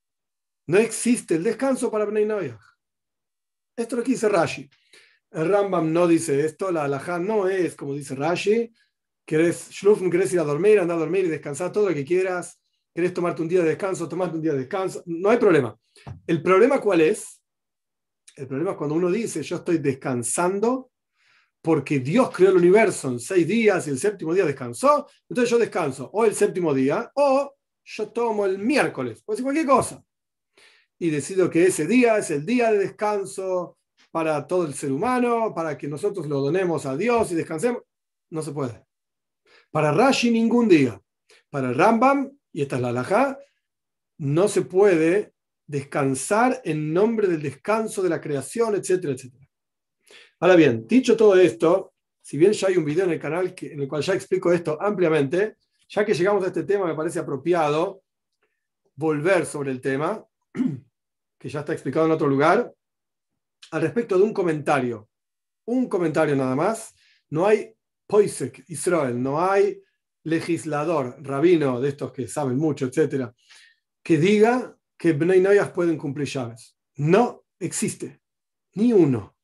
No existe el descanso para Bnei Noyaj. Esto es lo que dice Rashi. El Rambam no dice esto, la halajá no es como dice Rashi. ¿Querés ir a dormir, andar a dormir y descansar todo lo que quieras? ¿Querés tomarte un día de descanso? Tomarte un día de descanso. No hay problema. ¿El problema cuál es? El problema es cuando uno dice, yo estoy descansando porque Dios creó el universo en 6 días y el séptimo día descansó, entonces yo descanso o el séptimo día o yo tomo el miércoles, puede ser cualquier cosa. Y decido que ese día es el día de descanso para todo el ser humano, para que nosotros lo donemos a Dios y descansemos. No se puede. Para Rashi ningún día. Para el Rambam, y esta es la halajá, no se puede descansar en nombre del descanso de la creación, etcétera, etcétera. Ahora bien, dicho todo esto, si bien ya hay un video en el canal en el cual ya explico esto ampliamente, ya que llegamos a este tema me parece apropiado volver sobre el tema, que ya está explicado en otro lugar, al respecto de un comentario nada más. No hay Poisek Israel, no hay legislador, rabino de estos que saben mucho, etcétera, que diga que Bnei Noyaj pueden cumplir Shabes. No existe, ni uno.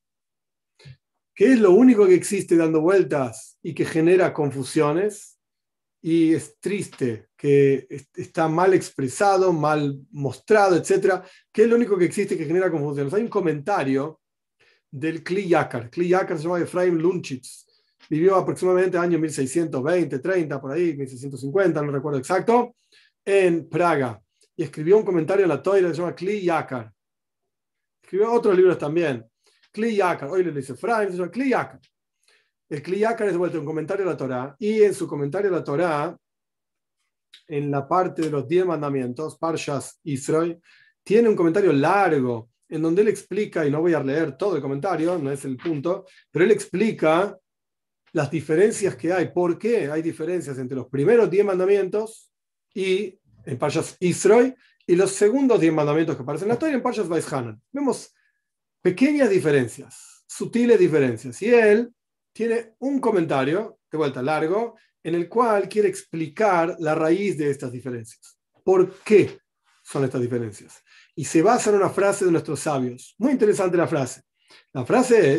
¿Qué es lo único que existe dando vueltas y que genera confusiones? Y es triste que está mal expresado, mal mostrado, etcétera. ¿Qué es lo único que existe que genera confusiones? Hay un comentario del Kli Yakar. Kli Yakar se llama Efraim Lunchitz. Vivió aproximadamente en el año 1620, 30, por ahí, 1650, no recuerdo exacto, en Praga. Y escribió un comentario en la Toira que se llama Kli Yakar. Escribió otros libros también. Kli Yakar, hoy le dice Efraim, se llama Kli Yakar. El Kli Yakar es de vuelta un comentario de la Torá, y en su comentario de la Torá, en la parte de los 10 mandamientos, Parshas Israel, tiene un comentario largo en donde él explica, y no voy a leer todo el comentario, no es el punto, pero él explica las diferencias que hay, por qué hay diferencias entre los primeros 10 mandamientos y en Parshas Israel y los segundos 10 mandamientos que aparecen en la Torá en Parshas Vaishanan. Vemos pequeñas diferencias, sutiles diferencias, y él tiene un comentario, de vuelta largo, en el cual quiere explicar la raíz de estas diferencias. ¿Por qué son estas diferencias? Y se basa en una frase de nuestros sabios. Muy interesante la frase. La frase es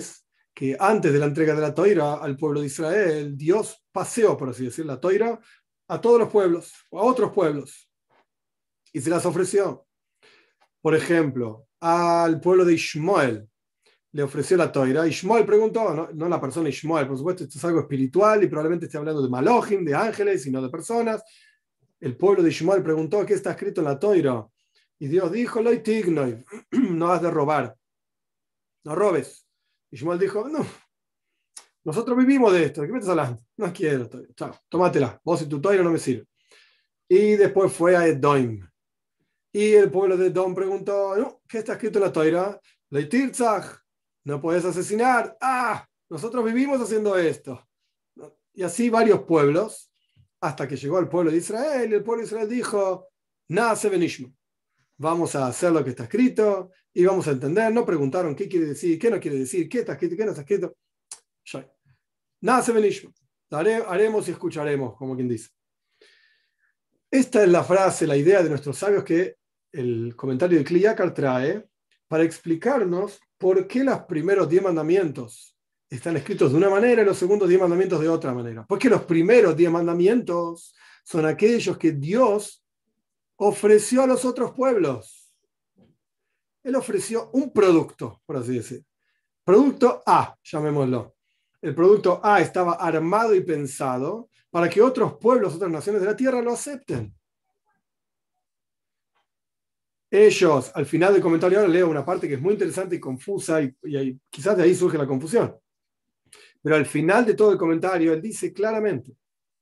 que antes de la entrega de la Toira al pueblo de Israel, Dios paseó, por así decir, la Toira a todos los pueblos, o a otros pueblos, y se las ofreció. Por ejemplo, al pueblo de Ishmael le ofreció la Toira. Ishmael preguntó, no la persona Ishmael, por supuesto, esto es algo espiritual y probablemente esté hablando de Malojim, de ángeles y no de personas. El pueblo de Ishmael preguntó qué está escrito en la Toira. Y Dios dijo, Loi tignoi, no has de robar, no robes. Ishmael dijo, no, nosotros vivimos de esto, ¿de qué me estás hablando? No quiero Toira, chao, tómatela, vos y tu Toira no me sirve. Y después fue a Edom. Y el pueblo de Edom preguntó, no, ¿qué está escrito en la Toira? Loi tirzach, no puedes asesinar. Ah, nosotros vivimos haciendo esto. Y así varios pueblos, hasta que llegó al pueblo de Israel, y el pueblo de Israel dijo, Naase benishma. Vamos a hacer lo que está escrito y vamos a entender. No preguntaron qué quiere decir, qué no quiere decir, qué está escrito, qué no está escrito. Naase benishma. Haremos y escucharemos, como quien dice. Esta es la frase, la idea de nuestros sabios que el comentario de Kli Yakar trae para explicarnos por qué los primeros 10 mandamientos están escritos de una manera y los segundos 10 mandamientos de otra manera. Porque los primeros 10 mandamientos son aquellos que Dios ofreció a los otros pueblos. Él ofreció un producto, por así decir. Producto A, llamémoslo. El producto A estaba armado y pensado para que otros pueblos, otras naciones de la tierra lo acepten. Ellos, al final del comentario, ahora leo una parte que es muy interesante y confusa, y quizás de ahí surge la confusión. Pero al final de todo el comentario, él dice claramente,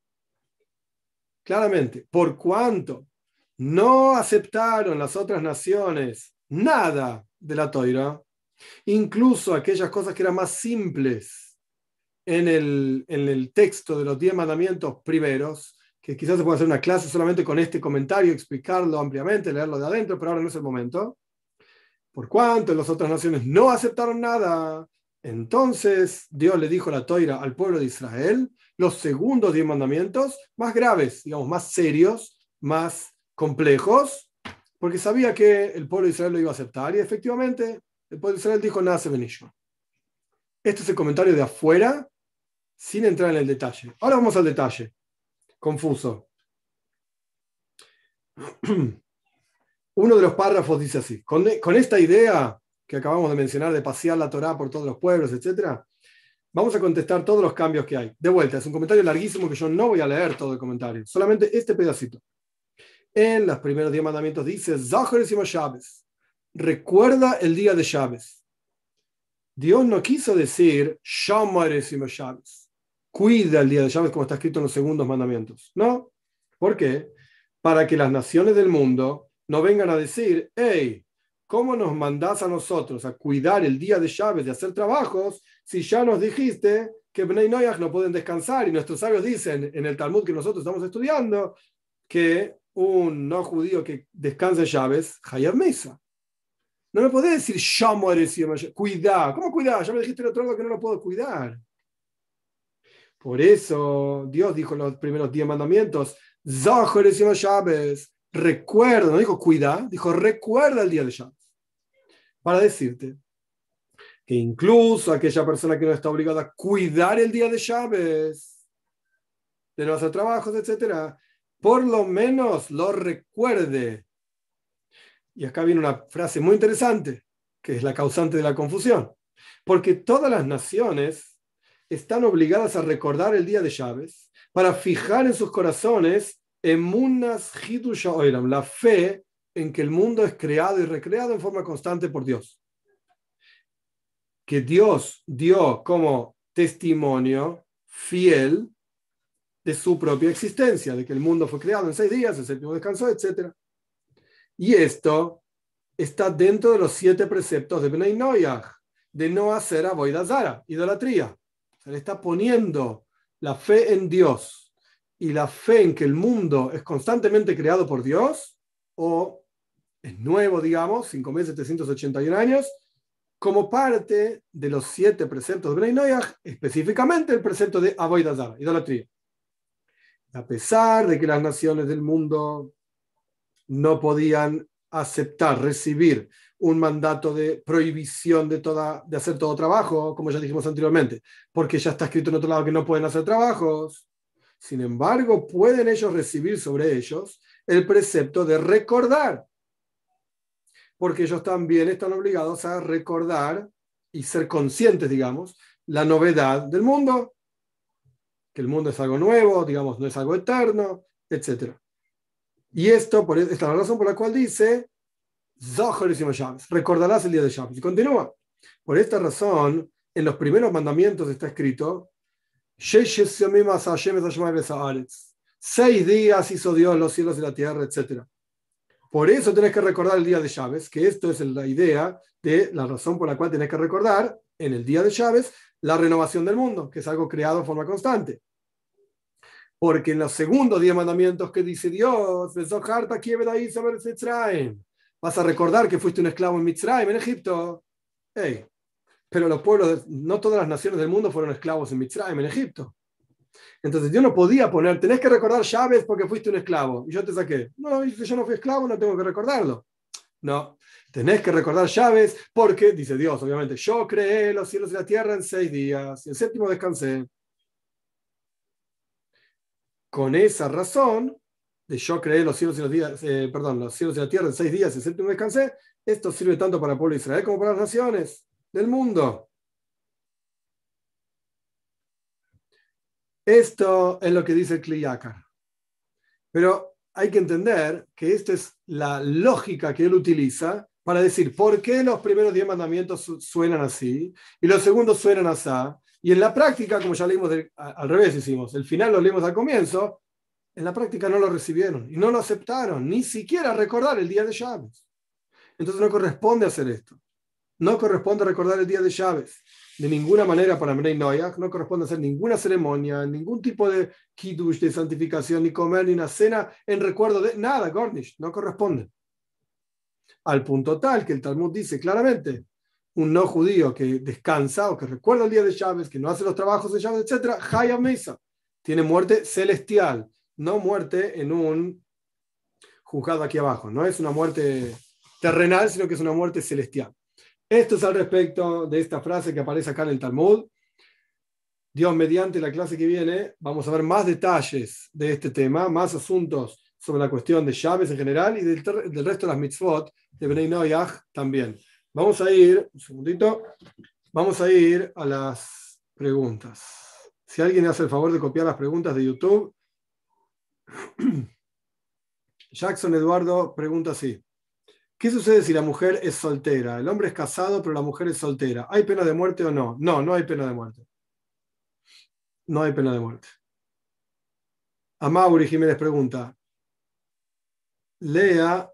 por cuanto no aceptaron las otras naciones nada de la Toira, incluso aquellas cosas que eran más simples en el texto de los 10 mandamientos primeros, que quizás se puede hacer una clase solamente con este comentario, explicarlo ampliamente, leerlo de adentro, pero ahora no es el momento. Por cuanto las otras naciones no aceptaron nada, entonces Dios le dijo la Toira al pueblo de Israel los segundos 10 mandamientos más graves, digamos, más serios, más complejos, porque sabía que el pueblo de Israel lo iba a aceptar y efectivamente el pueblo de Israel dijo Naase benishma. Este es el comentario de afuera sin entrar en el detalle. Ahora vamos al detalle. Confuso. Uno de los párrafos dice así, con esta idea que acabamos de mencionar de pasear la Torá por todos los pueblos, etc., vamos a contestar todos los cambios que hay. De vuelta, es un comentario larguísimo que yo no voy a leer todo el comentario, solamente este pedacito. En los primeros 10 mandamientos dice, Zachores y Moshaves, recuerda el día de Shabbos. Dios no quiso decir, Shamares y Moshaves, cuida el día de Shabbos como está escrito en los segundos mandamientos. No. ¿Por qué? Para que las naciones del mundo no vengan a decir, hey, ¿cómo nos mandás a nosotros a cuidar el día de Shabbos, de hacer trabajos, si ya nos dijiste que Bnei Noach no pueden descansar? Y nuestros sabios dicen en el Talmud que nosotros estamos estudiando que un no judío que descansa en Shabbos, Hayav Mesa. No me podés decir, cuidá. ¿Cómo cuidar? Ya me dijiste el otro lado que no lo puedo cuidar. Por eso Dios dijo en los primeros 10 mandamientos, Zachores y Shabbos, recuerda, no dijo cuida, dijo recuerda el día de Shabbos. Para decirte que incluso aquella persona que no está obligada a cuidar el día de Shabbos, de no hacer trabajos, etc., por lo menos lo recuerde. Y acá viene una frase muy interesante, que es la causante de la confusión. Porque todas las naciones están obligadas a recordar el día de Shabbos para fijar en sus corazones emunas hidush ha'olam, la fe en que el mundo es creado y recreado en forma constante por Dios. Que Dios dio como testimonio fiel de su propia existencia, de que el mundo fue creado en 6 días, el séptimo descansó, etc. Y esto está dentro de los 7 preceptos de Bnei Noach, de no hacer avodah zara, idolatría. Se le está poniendo la fe en Dios y la fe en que el mundo es constantemente creado por Dios, o es nuevo, digamos, 5.781 años, como parte de los 7 preceptos de Bnei Noach, específicamente el precepto de avodah zara, idolatría. A pesar de que las naciones del mundo no podían aceptar, recibir un mandato de prohibición de hacer todo trabajo, como ya dijimos anteriormente, porque ya está escrito en otro lado que no pueden hacer trabajos. Sin embargo, pueden ellos recibir sobre ellos el precepto de recordar, porque ellos también están obligados a recordar y ser conscientes, digamos, la novedad del mundo, que el mundo es algo nuevo, digamos, no es algo eterno, etc. Y esta es la razón por la cual dice, recordarás el día de Shabbat. Y continúa. Por esta razón, en los primeros mandamientos está escrito, 6 días hizo Dios los cielos y la tierra, etc. Por eso tenés que recordar el día de Shabbat, que esto es la idea de la razón por la cual tenés que recordar en el día de Shabbat la renovación del mundo, que es algo creado de forma constante. Porque en los segundos 10 mandamientos que dice Dios, vas a recordar que fuiste un esclavo en Mitzrayim, en Egipto. Hey, pero los pueblos, no todas las naciones del mundo fueron esclavos en Mitzrayim, en Egipto. Entonces yo no podía poner, tenés que recordar Shabbat porque fuiste un esclavo. Y yo te saqué. No, si yo no fui esclavo, no tengo que recordarlo. No, tenés que recordar Shabbat porque, dice Dios, obviamente, yo creé los cielos y la tierra en 6 días, y el séptimo descansé. Con esa razón, de yo creé los cielos y los días, los cielos y la tierra en 6 días y el séptimo descansé, esto sirve tanto para el pueblo de Israel como para las naciones del mundo. Esto es lo que dice el Kli Yakar. Pero hay que entender que esta es la lógica que él utiliza para decir por qué los primeros 10 mandamientos suenan así y los segundos suenan así. Y en la práctica, como ya leímos al revés, hicimos, el final lo leímos al comienzo, en la práctica no lo recibieron y no lo aceptaron, ni siquiera recordar el día de Shabbat. Entonces no corresponde hacer esto. No corresponde recordar el día de Shabbat. De ninguna manera para Bnei Noach no corresponde hacer ninguna ceremonia, ningún tipo de kiddush, de santificación, ni comer ni una cena en recuerdo de nada, Gornish, no corresponde. Al punto tal que el Talmud dice claramente, un no judío que descansa o que recuerda el día de Shabbat, que no hace los trabajos de Shabbat, etc., Hayab Meisa, tiene muerte celestial, no muerte en un juzgado aquí abajo. No es una muerte terrenal, sino que es una muerte celestial. Esto es al respecto de esta frase que aparece acá en el Talmud. Dios mediante, la clase que viene vamos a ver más detalles de este tema, más asuntos sobre la cuestión de Shabbat en general y del resto de las mitzvot de Bnei Noach también. Vamos a ir, un segundito, vamos a ir a las preguntas. Si alguien hace el favor de copiar las preguntas de YouTube. Jackson Eduardo pregunta así. ¿Qué sucede si la mujer es soltera? El hombre es casado, pero la mujer es soltera. ¿Hay pena de muerte o no? No, no hay pena de muerte. No hay pena de muerte. Amauri Jiménez pregunta. Lea.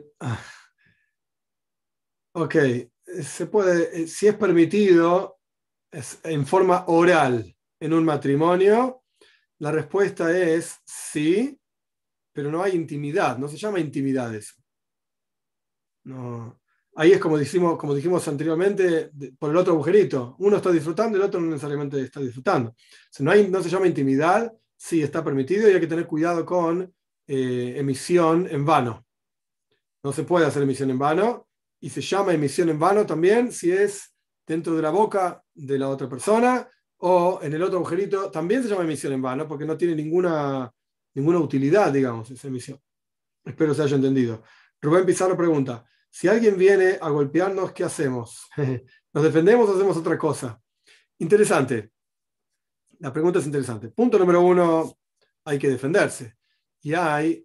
Ok, se puede, si es permitido en forma oral en un matrimonio, la respuesta es sí, pero no hay intimidad, no se llama intimidad eso. No. Ahí es como dijimos anteriormente, por el otro agujerito. Uno está disfrutando y el otro no necesariamente está disfrutando. O sea, no se llama intimidad, sí está permitido y hay que tener cuidado con emisión en vano. No se puede hacer emisión en vano y se llama emisión en vano también si es dentro de la boca de la otra persona o en el otro agujerito también se llama emisión en vano porque no tiene ninguna utilidad, digamos, esa emisión. Espero se haya entendido. Rubén Pizarro pregunta, si alguien viene a golpearnos, ¿qué hacemos? ¿Nos defendemos o hacemos otra cosa? Interesante. La pregunta es interesante. Punto número 1, hay que defenderse. Y hay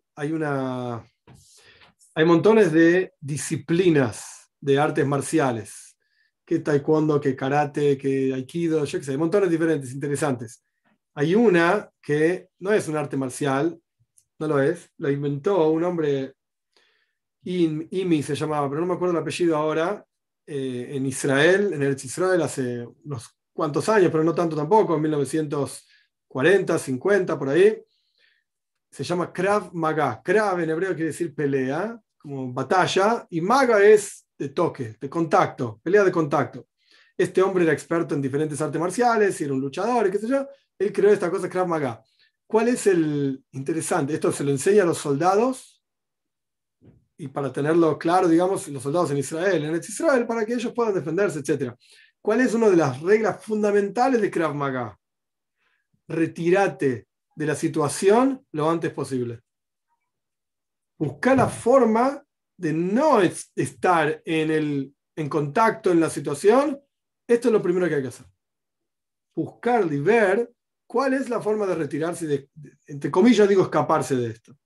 montones de disciplinas de artes marciales. Que taekwondo, que karate, que aikido, yo qué sé, montones diferentes, interesantes. Hay una que no es un arte marcial, no lo es, la inventó un hombre, Imi se llamaba, pero no me acuerdo el apellido ahora, en Israel, en Eretz Israel, hace unos cuantos años, pero no tanto tampoco, en 1940, 50, por ahí. Se llama Krav Maga. Krav en hebreo quiere decir pelea, como batalla, y Maga es de toque, de contacto, pelea de contacto. Este hombre era experto en diferentes artes marciales, y era un luchador, y qué sé yo. Él creó esta cosa Krav Maga. ¿Cuál es el interesante? Esto se lo enseña a los soldados y para tenerlo claro, digamos, los soldados en Israel, en Eretz Israel, para que ellos puedan defenderse, etc. ¿Cuál es una de las reglas fundamentales de Krav Maga? Retírate de la situación lo antes posible. Buscar la forma de no estar en contacto en la situación. Esto es lo primero que hay que hacer. Buscar y ver cuál es la forma de retirarse, entre comillas digo, escaparse de esto.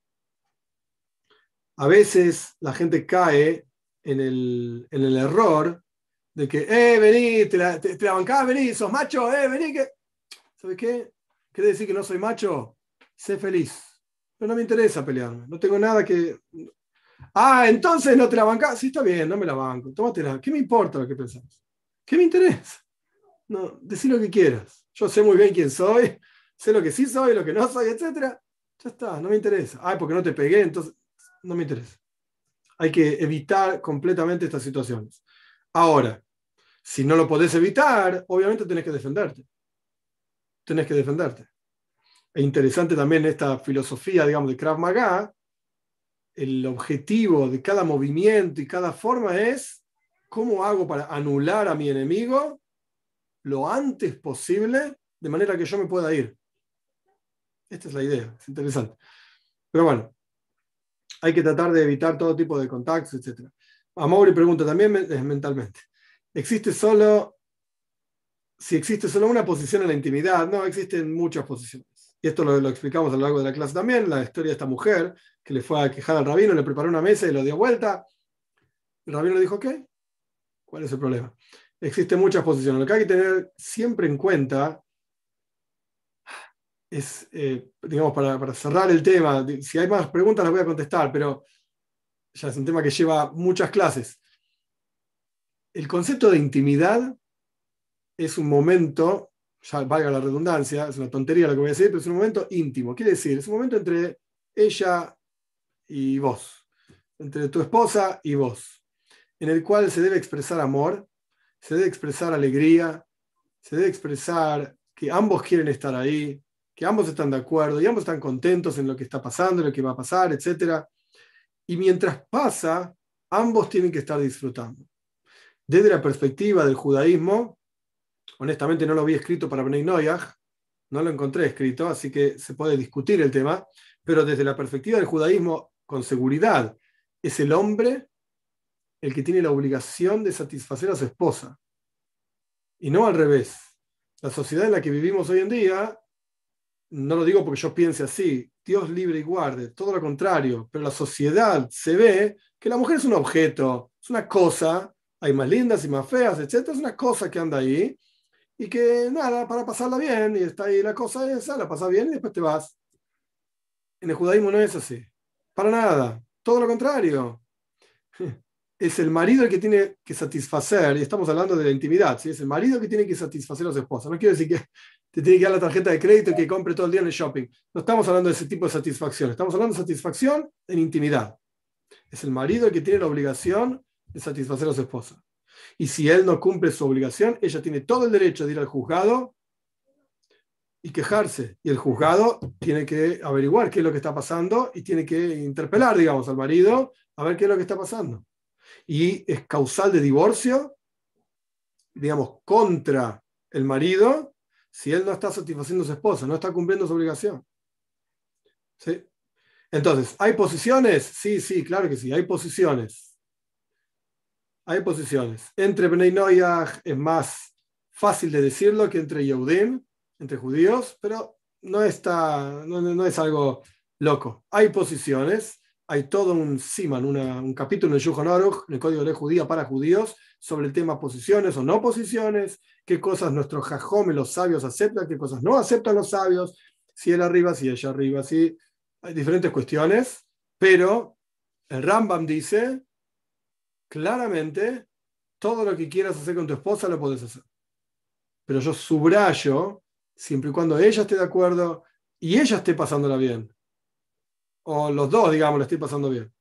A veces la gente cae en el error de que, vení, te la bancás, vení, sos macho, vení, que... ¿Sabes qué? ¿Quiere decir que no soy macho? Sé feliz. Pero no me interesa pelearme. No tengo nada que... Entonces no te la bancás. Sí, está bien, no me la banco. Tómatela. ¿Qué me importa lo que pensás? ¿Qué me interesa? No, decí lo que quieras. Yo sé muy bien quién soy, sé lo que sí soy, lo que no soy, etc. Ya está, no me interesa. Porque no te pegué, entonces no me interesa. Hay que evitar completamente estas situaciones. Ahora, si no lo podés evitar, obviamente tenés que defenderte. Tenés que defenderte. Es interesante también esta filosofía, digamos, de Krav Maga. El objetivo de cada movimiento y cada forma es cómo hago para anular a mi enemigo lo antes posible, de manera que yo me pueda ir. Esta es la idea, es interesante. Pero bueno, hay que tratar de evitar todo tipo de contactos, etc. Amaury pregunta también mentalmente. Si existe solo una posición en la intimidad, no, existen muchas posiciones. Y esto lo explicamos a lo largo de la clase también, la historia de esta mujer que le fue a quejar al rabino, le preparó una mesa y lo dio vuelta. El rabino le dijo, ¿qué? ¿Cuál es el problema? Existen muchas posiciones. Lo que hay que tener siempre en cuenta es, digamos, para cerrar el tema, si hay más preguntas las voy a contestar, pero ya es un tema que lleva muchas clases. El concepto de intimidad es un momento, ya valga la redundancia, es una tontería lo que voy a decir, pero es un momento íntimo. Quiere decir, es un momento entre ella y vos, entre tu esposa y vos, en el cual se debe expresar amor, se debe expresar alegría, se debe expresar que ambos quieren estar ahí, que ambos están de acuerdo y ambos están contentos en lo que está pasando, en lo que va a pasar, etc. Y mientras pasa, ambos tienen que estar disfrutando. Desde la perspectiva del judaísmo, honestamente no lo vi escrito para Bnei Noyaj, no lo encontré escrito, así que se puede discutir el tema, pero desde la perspectiva del judaísmo, con seguridad, es el hombre el que tiene la obligación de satisfacer a su esposa, y no al revés. La sociedad en la que vivimos hoy en día, no lo digo porque yo piense así, Dios libre y guarde, todo lo contrario, pero la sociedad se ve que la mujer es un objeto, es una cosa, hay más lindas y más feas, etc. Es una cosa que anda ahí, y que nada, para pasarla bien, y está ahí la cosa esa, la pasas bien y después te vas. En el judaísmo no es así, para nada, todo lo contrario. Es el marido el que tiene que satisfacer, y estamos hablando de la intimidad, ¿sí? Es el marido que tiene que satisfacer a su esposa. No quiero decir que te tiene que dar la tarjeta de crédito y que compre todo el día en el shopping. No estamos hablando de ese tipo de satisfacción, estamos hablando de satisfacción en intimidad. Es el marido el que tiene la obligación de satisfacer a su esposa. Y si él no cumple su obligación, ella tiene todo el derecho de ir al juzgado y quejarse. Y el juzgado tiene que averiguar qué es lo que está pasando y tiene que interpelar, digamos, al marido a ver qué es lo que está pasando. Y es causal de divorcio, digamos, contra el marido si él no está satisfaciendo a su esposa, no está cumpliendo su obligación. ¿Sí? Entonces, ¿hay posiciones? Sí, sí, claro que sí, hay posiciones. Hay posiciones. Entre Bnei Noyaj es más fácil de decirlo que entre Yehudim, entre judíos, pero no es algo loco. Hay posiciones, hay todo un siman, un capítulo en el Shulchan Aruch, en el Código de Ley Judía para judíos, sobre el tema posiciones o no posiciones, qué cosas nuestros jajome, los sabios aceptan, qué cosas no aceptan los sabios, si él arriba, si ella arriba, si hay diferentes cuestiones, pero el Rambam dice claramente, todo lo que quieras hacer con tu esposa lo podés hacer. Pero yo subrayo, siempre y cuando ella esté de acuerdo y ella esté pasándola bien. O los dos, digamos, la esté pasando bien.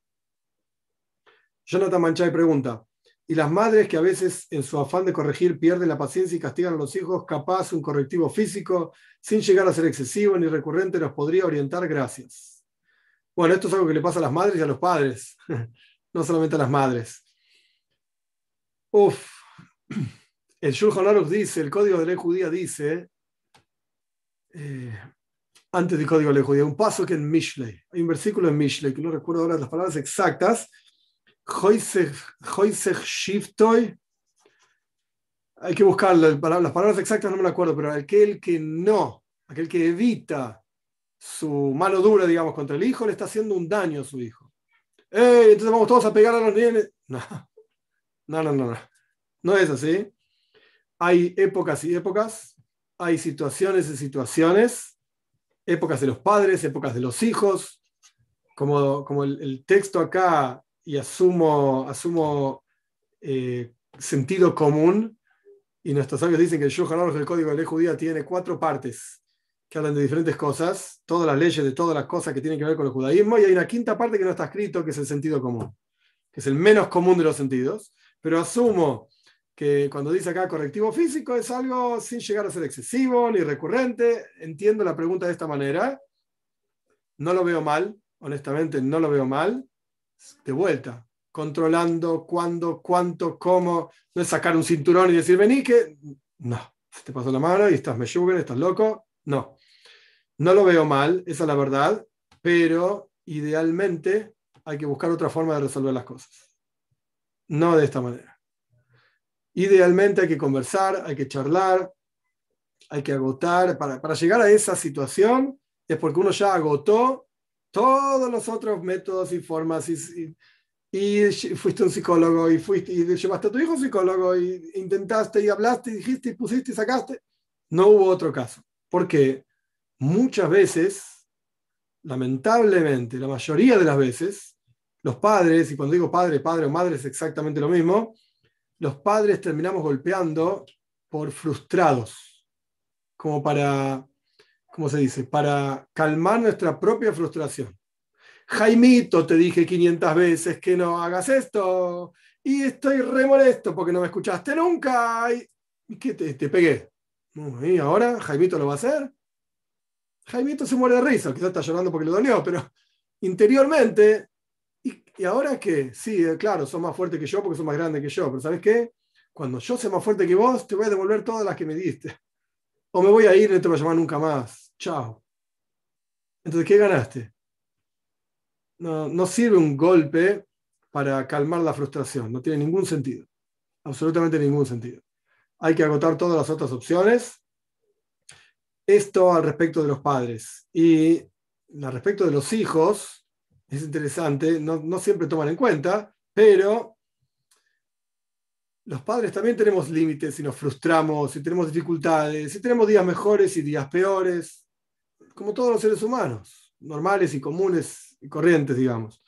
Jonathan Manchay pregunta, ¿y las madres que a veces en su afán de corregir pierden la paciencia y castigan a los hijos, capaz un correctivo físico, sin llegar a ser excesivo ni recurrente, los podría orientar? Gracias. Bueno, esto es algo que le pasa a las madres y a los padres. no solamente a las madres. Uf, el Shulchan Aruch dice, el código de ley judía dice, eh, antes del código de ley judía, un paso que en Mishlei, hay un versículo en Mishlei, que no recuerdo ahora las palabras exactas, Hoisech Shiftoy, hay que buscar las palabras exactas, no me acuerdo, pero aquel que evita su mano dura, digamos, contra el hijo, le está haciendo un daño a su hijo. ¡Ey! Entonces vamos todos a pegar a los nenes. No, no, no, no, no. No es así. Hay épocas y épocas, hay situaciones y situaciones, épocas de los padres, épocas de los hijos, como el texto acá, y asumo sentido común, y nuestros sabios dicen que el Shulchan Aruch del Código de Ley Judía tiene 4 partes que hablan de diferentes cosas, todas las leyes de todas las cosas que tienen que ver con el judaísmo, y hay una quinta parte que no está escrito, que es el sentido común, que es el menos común de los sentidos, pero asumo que cuando dice acá correctivo físico es algo sin llegar a ser excesivo ni recurrente. Entiendo la pregunta de esta manera, no lo veo mal, honestamente no lo veo mal. De vuelta, controlando cuándo, cuánto, cómo, no es sacar un cinturón y decir, vení que... No, se te pasó la mano y estás meyugen, estás loco. No, no lo veo mal, esa es la verdad, pero idealmente hay que buscar otra forma de resolver las cosas. No de esta manera. Idealmente hay que conversar, hay que charlar, hay que agotar. Para llegar a esa situación es porque uno ya agotó todos los otros métodos y formas y fuiste un psicólogo y llevaste a tu hijo a un psicólogo y intentaste y hablaste y dijiste y pusiste y sacaste. No hubo otro caso. Porque muchas veces, lamentablemente, la mayoría de las veces, los padres, y cuando digo padre o madre es exactamente lo mismo, los padres terminamos golpeando por frustrados, como para, ¿cómo se dice? Para calmar nuestra propia frustración. Jaimito, te dije 500 veces que no hagas esto, y estoy re molesto porque no me escuchaste nunca, y que te pegué. ¿Y ahora Jaimito lo va a hacer? Jaimito se muere de risa, quizás está llorando porque le dolió, pero interiormente, ¿y ahora qué? Sí, claro, sos más fuerte que yo porque sos más grande que yo, pero ¿sabes qué? Cuando yo sea más fuerte que vos, te voy a devolver todas las que me diste. O me voy a ir y no te voy a llamar nunca más. Chao. Entonces, ¿qué ganaste? No, no sirve un golpe para calmar la frustración. No tiene ningún sentido. Absolutamente ningún sentido. Hay que agotar todas las otras opciones. Esto al respecto de los padres. Y al respecto de los hijos, es interesante, no siempre toman en cuenta, pero los padres también tenemos límites y nos frustramos y tenemos dificultades y tenemos días mejores y días peores, como todos los seres humanos, normales y comunes y corrientes, digamos.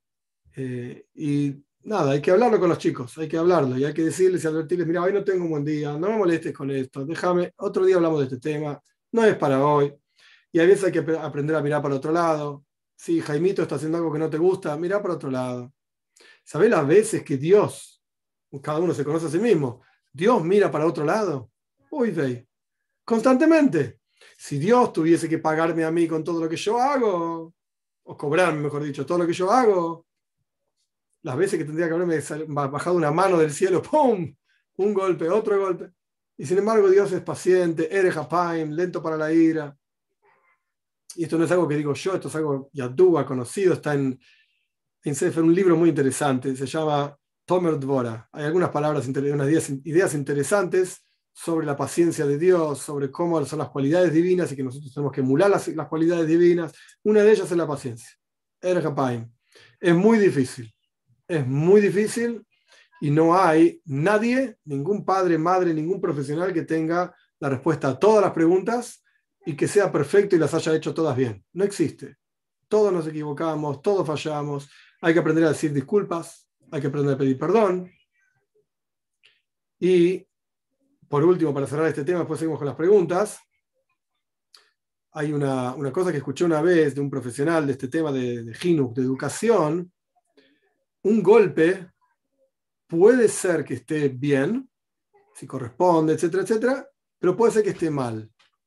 Y nada, hay que hablarlo con los chicos, hay que hablarlo y hay que decirles y advertirles, mira, hoy no tengo un buen día, no me molestes con esto, déjame, otro día hablamos de este tema, no es para hoy. Y a veces hay que aprender a mirar para otro lado. Si Jaimito está haciendo algo que no te gusta, mira para otro lado. ¿Sabés las veces que Dios, cada uno se conoce a sí mismo, Dios mira para otro lado? Uy, ve, constantemente. Si Dios tuviese que pagarme a mí con todo lo que yo hago, o cobrarme, mejor dicho, todo lo que yo hago, las veces que tendría que haberme bajado una mano del cielo, ¡pum! Un golpe, otro golpe. Y sin embargo, Dios es paciente, Ere Hapaim, lento para la ira. Y esto no es algo que digo yo, esto es algo yadúa, conocido, está en Sefer, un libro muy interesante, se llama Tomer Dvora. Hay algunas palabras, unas ideas interesantes sobre la paciencia de Dios, sobre cómo son las cualidades divinas y que nosotros tenemos que emular las cualidades divinas. Una de ellas es la paciencia. Ere Hapaim. Es muy difícil y no hay nadie, ningún padre, madre, ningún profesional que tenga la respuesta a todas las preguntas y que sea perfecto y las haya hecho todas bien. No existe. Todos nos equivocamos, todos fallamos. Hay que aprender a decir disculpas, hay que aprender a pedir perdón. Y por último, para cerrar este tema, después seguimos con las preguntas. Hay una cosa que escuché una vez de un profesional de este tema de Jinuk, de educación. Un golpe puede ser que esté bien, si corresponde, etcétera, etcétera, pero puede ser que esté mal.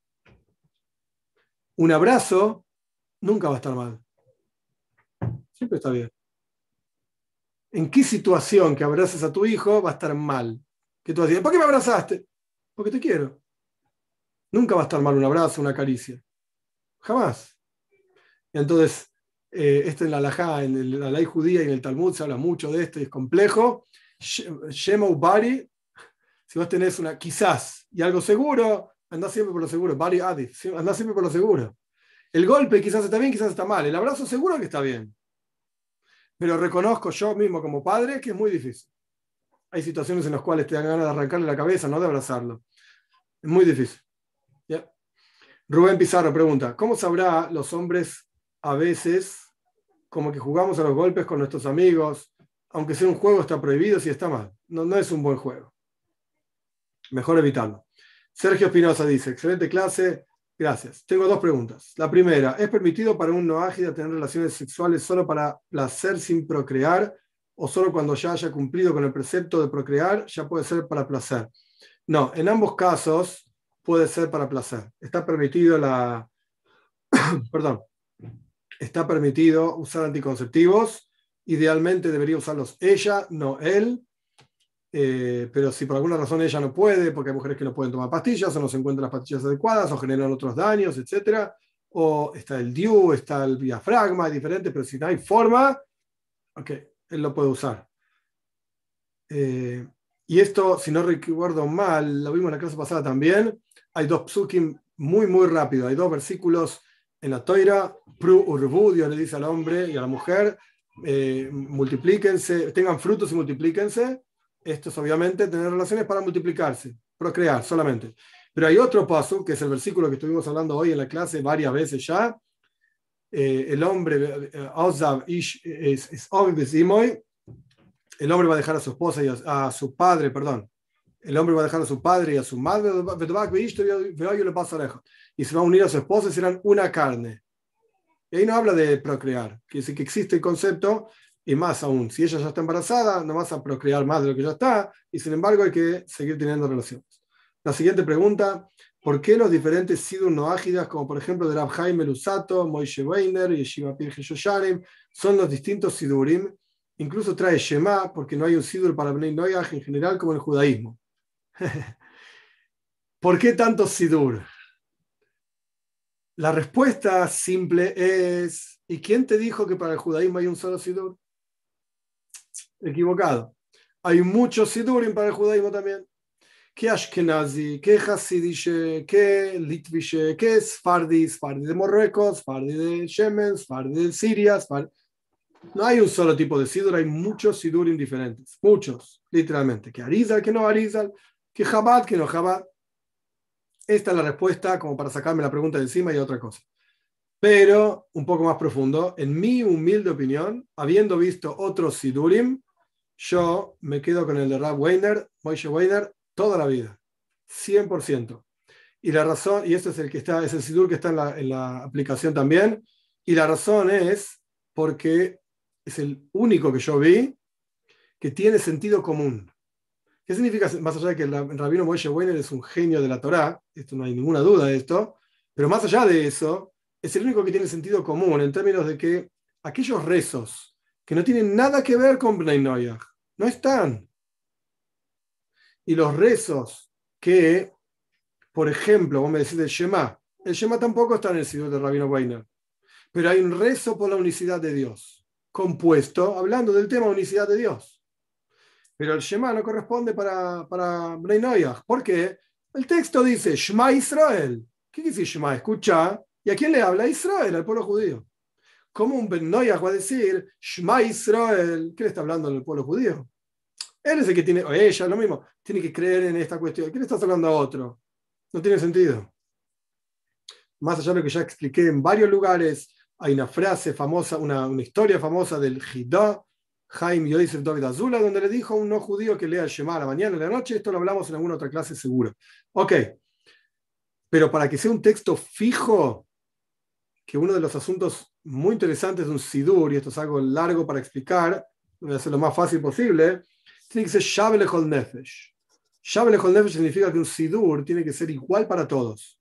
Un abrazo nunca va a estar mal. Siempre está bien. ¿En qué situación que abraces a tu hijo va a estar mal? Que tú vas a decir, ¿por qué me abrazaste? Porque te quiero. Nunca va a estar mal un abrazo, una caricia. Jamás. Entonces, esto en la halajá, en la ley judía y en el Talmud se habla mucho de esto y es complejo. Shema Ubari, si vos tenés una quizás y algo seguro, andá siempre por lo seguro. Bari Adif, andá siempre por lo seguro. El golpe quizás está bien, quizás está mal. El abrazo seguro que está bien. Pero reconozco yo mismo como padre que es muy difícil. Hay situaciones en las cuales te dan ganas de arrancarle la cabeza, no de abrazarlo. Es muy difícil. ¿Ya? Rubén Pizarro pregunta, ¿cómo sabrá los hombres a veces como que jugamos a los golpes con nuestros amigos, aunque sea un juego está prohibido si está mal? No, no es un buen juego. Mejor evitarlo. Sergio Espinosa dice, excelente clase, gracias. Tengo dos preguntas. La primera, ¿es permitido para un no ágida tener relaciones sexuales solo para placer sin procrear o solo cuando ya haya cumplido con el precepto de procrear ya puede ser para placer? No, en ambos casos puede ser para placer. Está permitido perdón, está permitido usar anticonceptivos. Idealmente debería usarlos ella, no él. Pero si por alguna razón ella no puede, porque hay mujeres que no pueden tomar pastillas o no se encuentran las pastillas adecuadas o generan otros daños, etc. O está el DIU, está el diafragma, es diferente, pero si no hay forma, ok, él lo puede usar. Y esto, si no recuerdo mal, lo vimos en la clase pasada también, hay dos psukim muy, muy rápido, hay dos versículos en la Toira, Pru Urbu, Dios le dice al hombre y a la mujer, multiplíquense, tengan frutos y multiplíquense. Esto es obviamente tener relaciones para multiplicarse, procrear solamente. Pero hay otro paso, que es el versículo que estuvimos hablando hoy en la clase varias veces ya. El hombre, el hombre va a dejar a su esposa y a su padre, perdón. El hombre va a dejar a su padre y a su madre, y se va a unir a su esposa y serán una carne. Y ahí no habla de procrear, que dice que existe el concepto, y más aún, si ella ya está embarazada, no vas a procrear más de lo que ya está, y sin embargo hay que seguir teniendo relaciones. La siguiente pregunta, ¿por qué los diferentes sidur no ágidas, como por ejemplo de Rab Haim Elusato, Moishe Weiner y Yeshiva Pirge Yosharim, son los distintos sidurim? Incluso trae Shema, porque no hay un sidur para Bnei Noyaj en general como en el judaísmo. ¿Por qué tantos sidur? La respuesta simple es, ¿y quién te dijo que para el judaísmo hay un solo sidur? Equivocado. Hay muchos sidurim para el judaísmo también. ¿Qué Ashkenazi? ¿Qué Hasidische? ¿Qué Litvische? ¿Qué Sfardi? Sfardi de Marruecos, Sfardi de Yemen, Sfardi de Siria. No hay un solo tipo de sidur, hay muchos sidurim diferentes. Muchos, literalmente. ¿Qué Arizal? ¿Qué no Arizal? ¿Qué Chabad? ¿Qué no Chabad? Esta es la respuesta, como para sacarme la pregunta de encima y otra cosa. Pero, un poco más profundo, en mi humilde opinión, habiendo visto otros sidurim, yo me quedo con el de Rab Weiner, Moshe Weiner, toda la vida. 100%. Y la razón, y este es el que está, es el sidur que está en la aplicación también, y la razón es porque es el único que yo vi que tiene sentido común. ¿Qué significa, más allá de que el rabino Moshe Weiner es un genio de la Torá, esto no hay ninguna duda de esto, pero más allá de eso, es el único que tiene sentido común en términos de que aquellos rezos que no tienen nada que ver con Bnei Noyaj, no están. Y los rezos que, por ejemplo, vos me decís el Shema tampoco está en el sidur del rabino Weiner, pero hay un rezo por la unicidad de Dios, compuesto, hablando del tema unicidad de Dios. Pero el Shema no corresponde para Bnei Noyaj. ¿Por qué? El texto dice Shema Israel. ¿Qué quiere decir Shema? Escucha. ¿Y a quién le habla? A Israel, al pueblo judío. ¿Cómo un Ben Noyaj va a decir Shema Israel? ¿Qué le está hablando al pueblo judío? Él es el que tiene, o ella, lo mismo, tiene que creer en esta cuestión. ¿Qué le estás hablando a otro? No tiene sentido. Más allá de lo que ya expliqué en varios lugares, hay una frase famosa, una historia famosa del Jidá, Haim Yosef David Azula, donde le dijo a un no judío que lea el Shema a la mañana y a la noche. Esto lo hablamos en alguna otra clase seguro. Ok, pero para que sea un texto fijo, que uno de los asuntos muy interesantes de un Sidur, y esto es algo largo para explicar, voy a hacer lo más fácil posible, tiene que ser Shabe Lechol Nefesh. Shabe Lechol Nefesh significa que un Sidur tiene que ser igual para todos.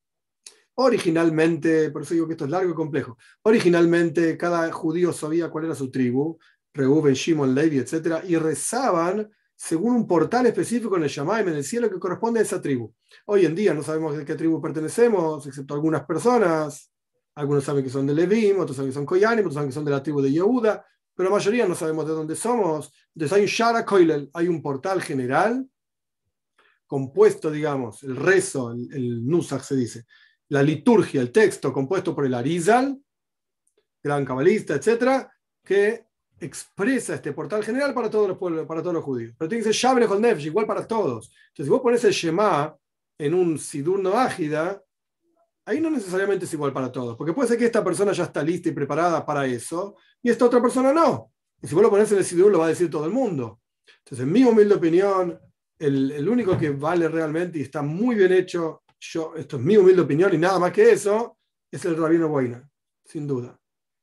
Originalmente, por eso digo que esto es largo y complejo, originalmente cada judío sabía cuál era su tribu, Reuben, Shimon, Levi, etc., y rezaban según un portal específico en el Shamaim, en el cielo, que corresponde a esa tribu. Hoy en día no sabemos de qué tribu pertenecemos, excepto algunas personas. Algunos saben que son de Levim, otros saben que son Koyanim, otros saben que son de la tribu de Yehuda, pero la mayoría no sabemos de dónde somos. Entonces hay un Shara Koilel, hay un portal general compuesto, digamos, el rezo, el Nusach se dice, la liturgia, el texto compuesto por el Arizal, gran cabalista, etcétera, que expresa este portal general para todos los pueblos, para todos los judíos. Pero tiene que ser Shabre con Nefesh, igual para todos. Entonces, si vos pones el Shema en un Sidur no ágida, ahí no necesariamente es igual para todos, porque puede ser que esta persona ya está lista y preparada para eso, y esta otra persona no. Y si vos lo pones en el Sidur, lo va a decir todo el mundo. Entonces, en mi humilde opinión, el único que vale realmente y está muy bien hecho, esto es mi humilde opinión y nada más que eso, es el Rabino Boina, sin duda.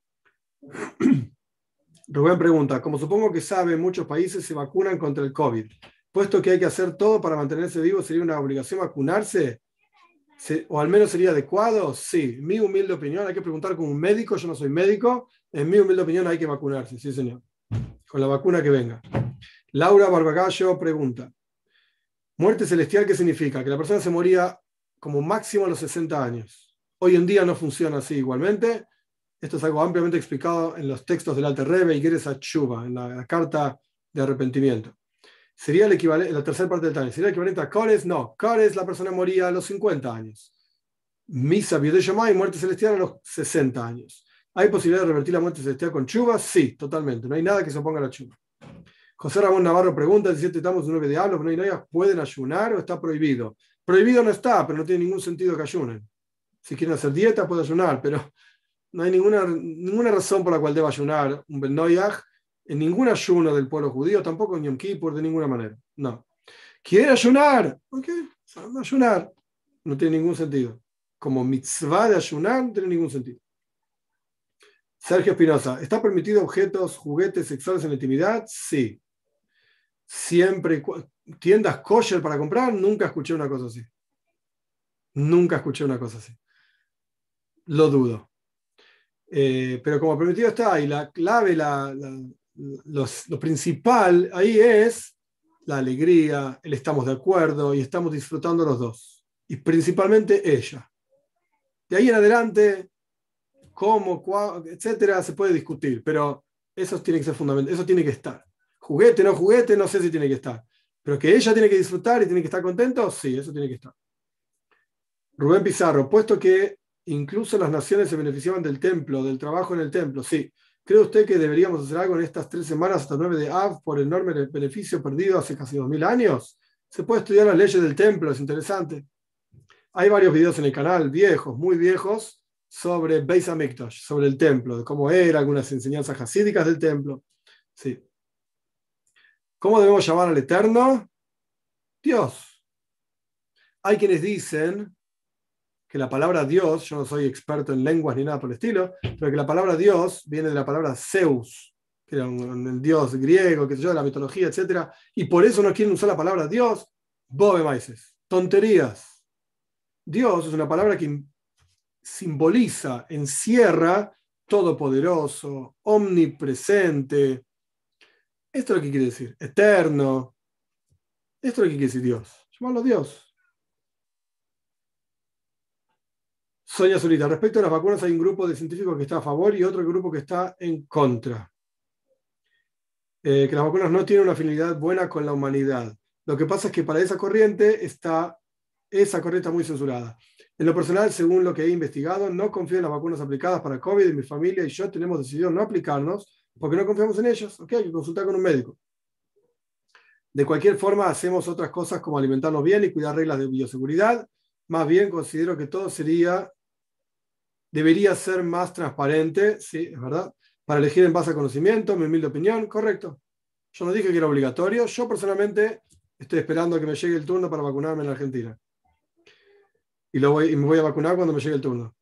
Rubén pregunta, como supongo que sabe, en muchos países se vacunan contra el COVID. Puesto que hay que hacer todo para mantenerse vivo, ¿sería una obligación vacunarse? ¿O al menos sería adecuado? Sí, mi humilde opinión, hay que preguntar con un médico, yo no soy médico, en mi humilde opinión hay que vacunarse, sí señor, con la vacuna que venga. Laura Barbagallo pregunta, muerte celestial, ¿qué significa? Que la persona se moría como máximo a los 60 años. Hoy en día no funciona así igualmente. Esto es algo ampliamente explicado en los textos del Alter Rebbe y Geres Tshuva, en la carta de arrepentimiento. ¿Sería el equivalente, la tercera parte del Tania, sería el equivalente a Kores? No, Kores la persona moría a los 50 años. Misa, Biodei Shammai, muerte celestial a los 60 años. ¿Hay posibilidad de revertir la muerte celestial con Tshuva? Sí, totalmente. No hay nada que se oponga a la Tshuva. José Ramón Navarro pregunta, 17 estamos en 9 de Ablos, ¿no hay nadie? ¿Pueden ayunar o está prohibido? Prohibido no está, pero no tiene ningún sentido que ayunen. Si quieren hacer dieta, pueden ayunar, pero no hay ninguna razón por la cual deba ayunar un Ben Noyaj en ningún ayuno del pueblo judío, tampoco en Yom Kippur, de ninguna manera. No. ¿Quiere ayunar? Ok, ayunar. No tiene ningún sentido. Como mitzvah de ayunar, no tiene ningún sentido. Sergio Espinosa, ¿está permitido objetos, juguetes sexuales en la intimidad? Sí. Siempre, tiendas kosher para comprar, nunca escuché una cosa así. Nunca escuché una cosa así. Lo dudo. Pero como permitido está, y la clave, lo principal ahí es la alegría, el estamos de acuerdo y estamos disfrutando los dos. Y principalmente ella. De ahí en adelante, cómo, etcétera, se puede discutir, pero eso tiene que ser fundamental, eso tiene que estar. Juguete, no sé si tiene que estar. Pero que ella tiene que disfrutar y tiene que estar contento, sí, eso tiene que estar. Rubén Pizarro, puesto que incluso las naciones se beneficiaban del templo, del trabajo en el templo, sí. ¿Cree usted que deberíamos hacer algo en estas 3 semanas hasta 9 de Av por el enorme beneficio perdido hace casi 2000 años? Se puede estudiar las leyes del templo, es interesante. Hay varios videos en el canal, viejos, muy viejos, sobre Beis HaMikdash, sobre el templo, de cómo era, algunas enseñanzas hasídicas del templo. Sí. ¿Cómo debemos llamar al Eterno? Dios. Hay quienes dicen que la palabra Dios, yo no soy experto en lenguas ni nada por el estilo, pero que la palabra Dios viene de la palabra Zeus, que era un dios griego, que sé yo, de la mitología, etc. Y por eso no quieren usar la palabra Dios. Bobe maices, tonterías. Dios es una palabra que simboliza, encierra todopoderoso, omnipresente. Esto es lo que quiere decir, eterno. Esto es lo que quiere decir Dios. Llamarlo Dios. Sonia Zurita, respecto a las vacunas hay un grupo de científicos que está a favor y otro grupo que está en contra. Que las vacunas no tienen una afinidad buena con la humanidad. Lo que pasa es que para esa corriente está muy censurada. En lo personal, según lo que he investigado, no confío en las vacunas aplicadas para COVID y mi familia y yo tenemos decidido no aplicarnos porque no confiamos en ellas. Ok, hay que consultar con un médico. De cualquier forma, hacemos otras cosas como alimentarnos bien y cuidar reglas de bioseguridad. Más bien, considero que todo debería ser más transparente, sí, es verdad, para elegir en base a conocimiento, mi humilde opinión, correcto. Yo no dije que era obligatorio, yo personalmente estoy esperando a que me llegue el turno para vacunarme en Argentina. Y me voy a vacunar cuando me llegue el turno.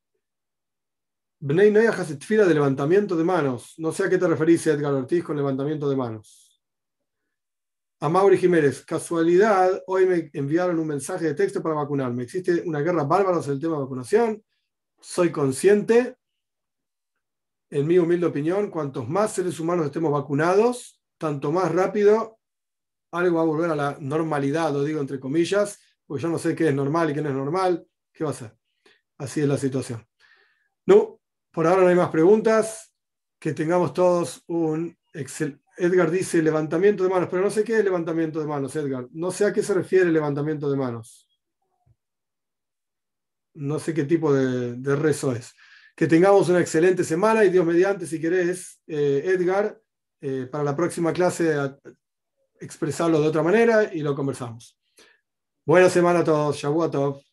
Bnei Noyaj hace tefila de levantamiento de manos. No sé a qué te referís, Edgar Ortiz, con levantamiento de manos. A Mauri Jiménez, casualidad, hoy me enviaron un mensaje de texto para vacunarme. ¿Existe una guerra bárbara sobre el tema de vacunación? Soy consciente. en mi humilde opinión, cuantos más seres humanos estemos vacunados, tanto más rápido algo va a volver a la normalidad, lo digo entre comillas, porque yo no sé qué es normal y qué no es normal. ¿Qué va a ser? Así es la situación. No, por ahora no hay más preguntas. Que tengamos todos un excel. Edgar dice levantamiento de manos, pero no sé qué es levantamiento de manos, Edgar. No sé a qué se refiere levantamiento de manos. No sé qué tipo de rezo es. Que tengamos una excelente semana y Dios mediante, si querés, Edgar, para la próxima clase expresarlo de otra manera y lo conversamos. Buena semana a todos. Shavuot Tov.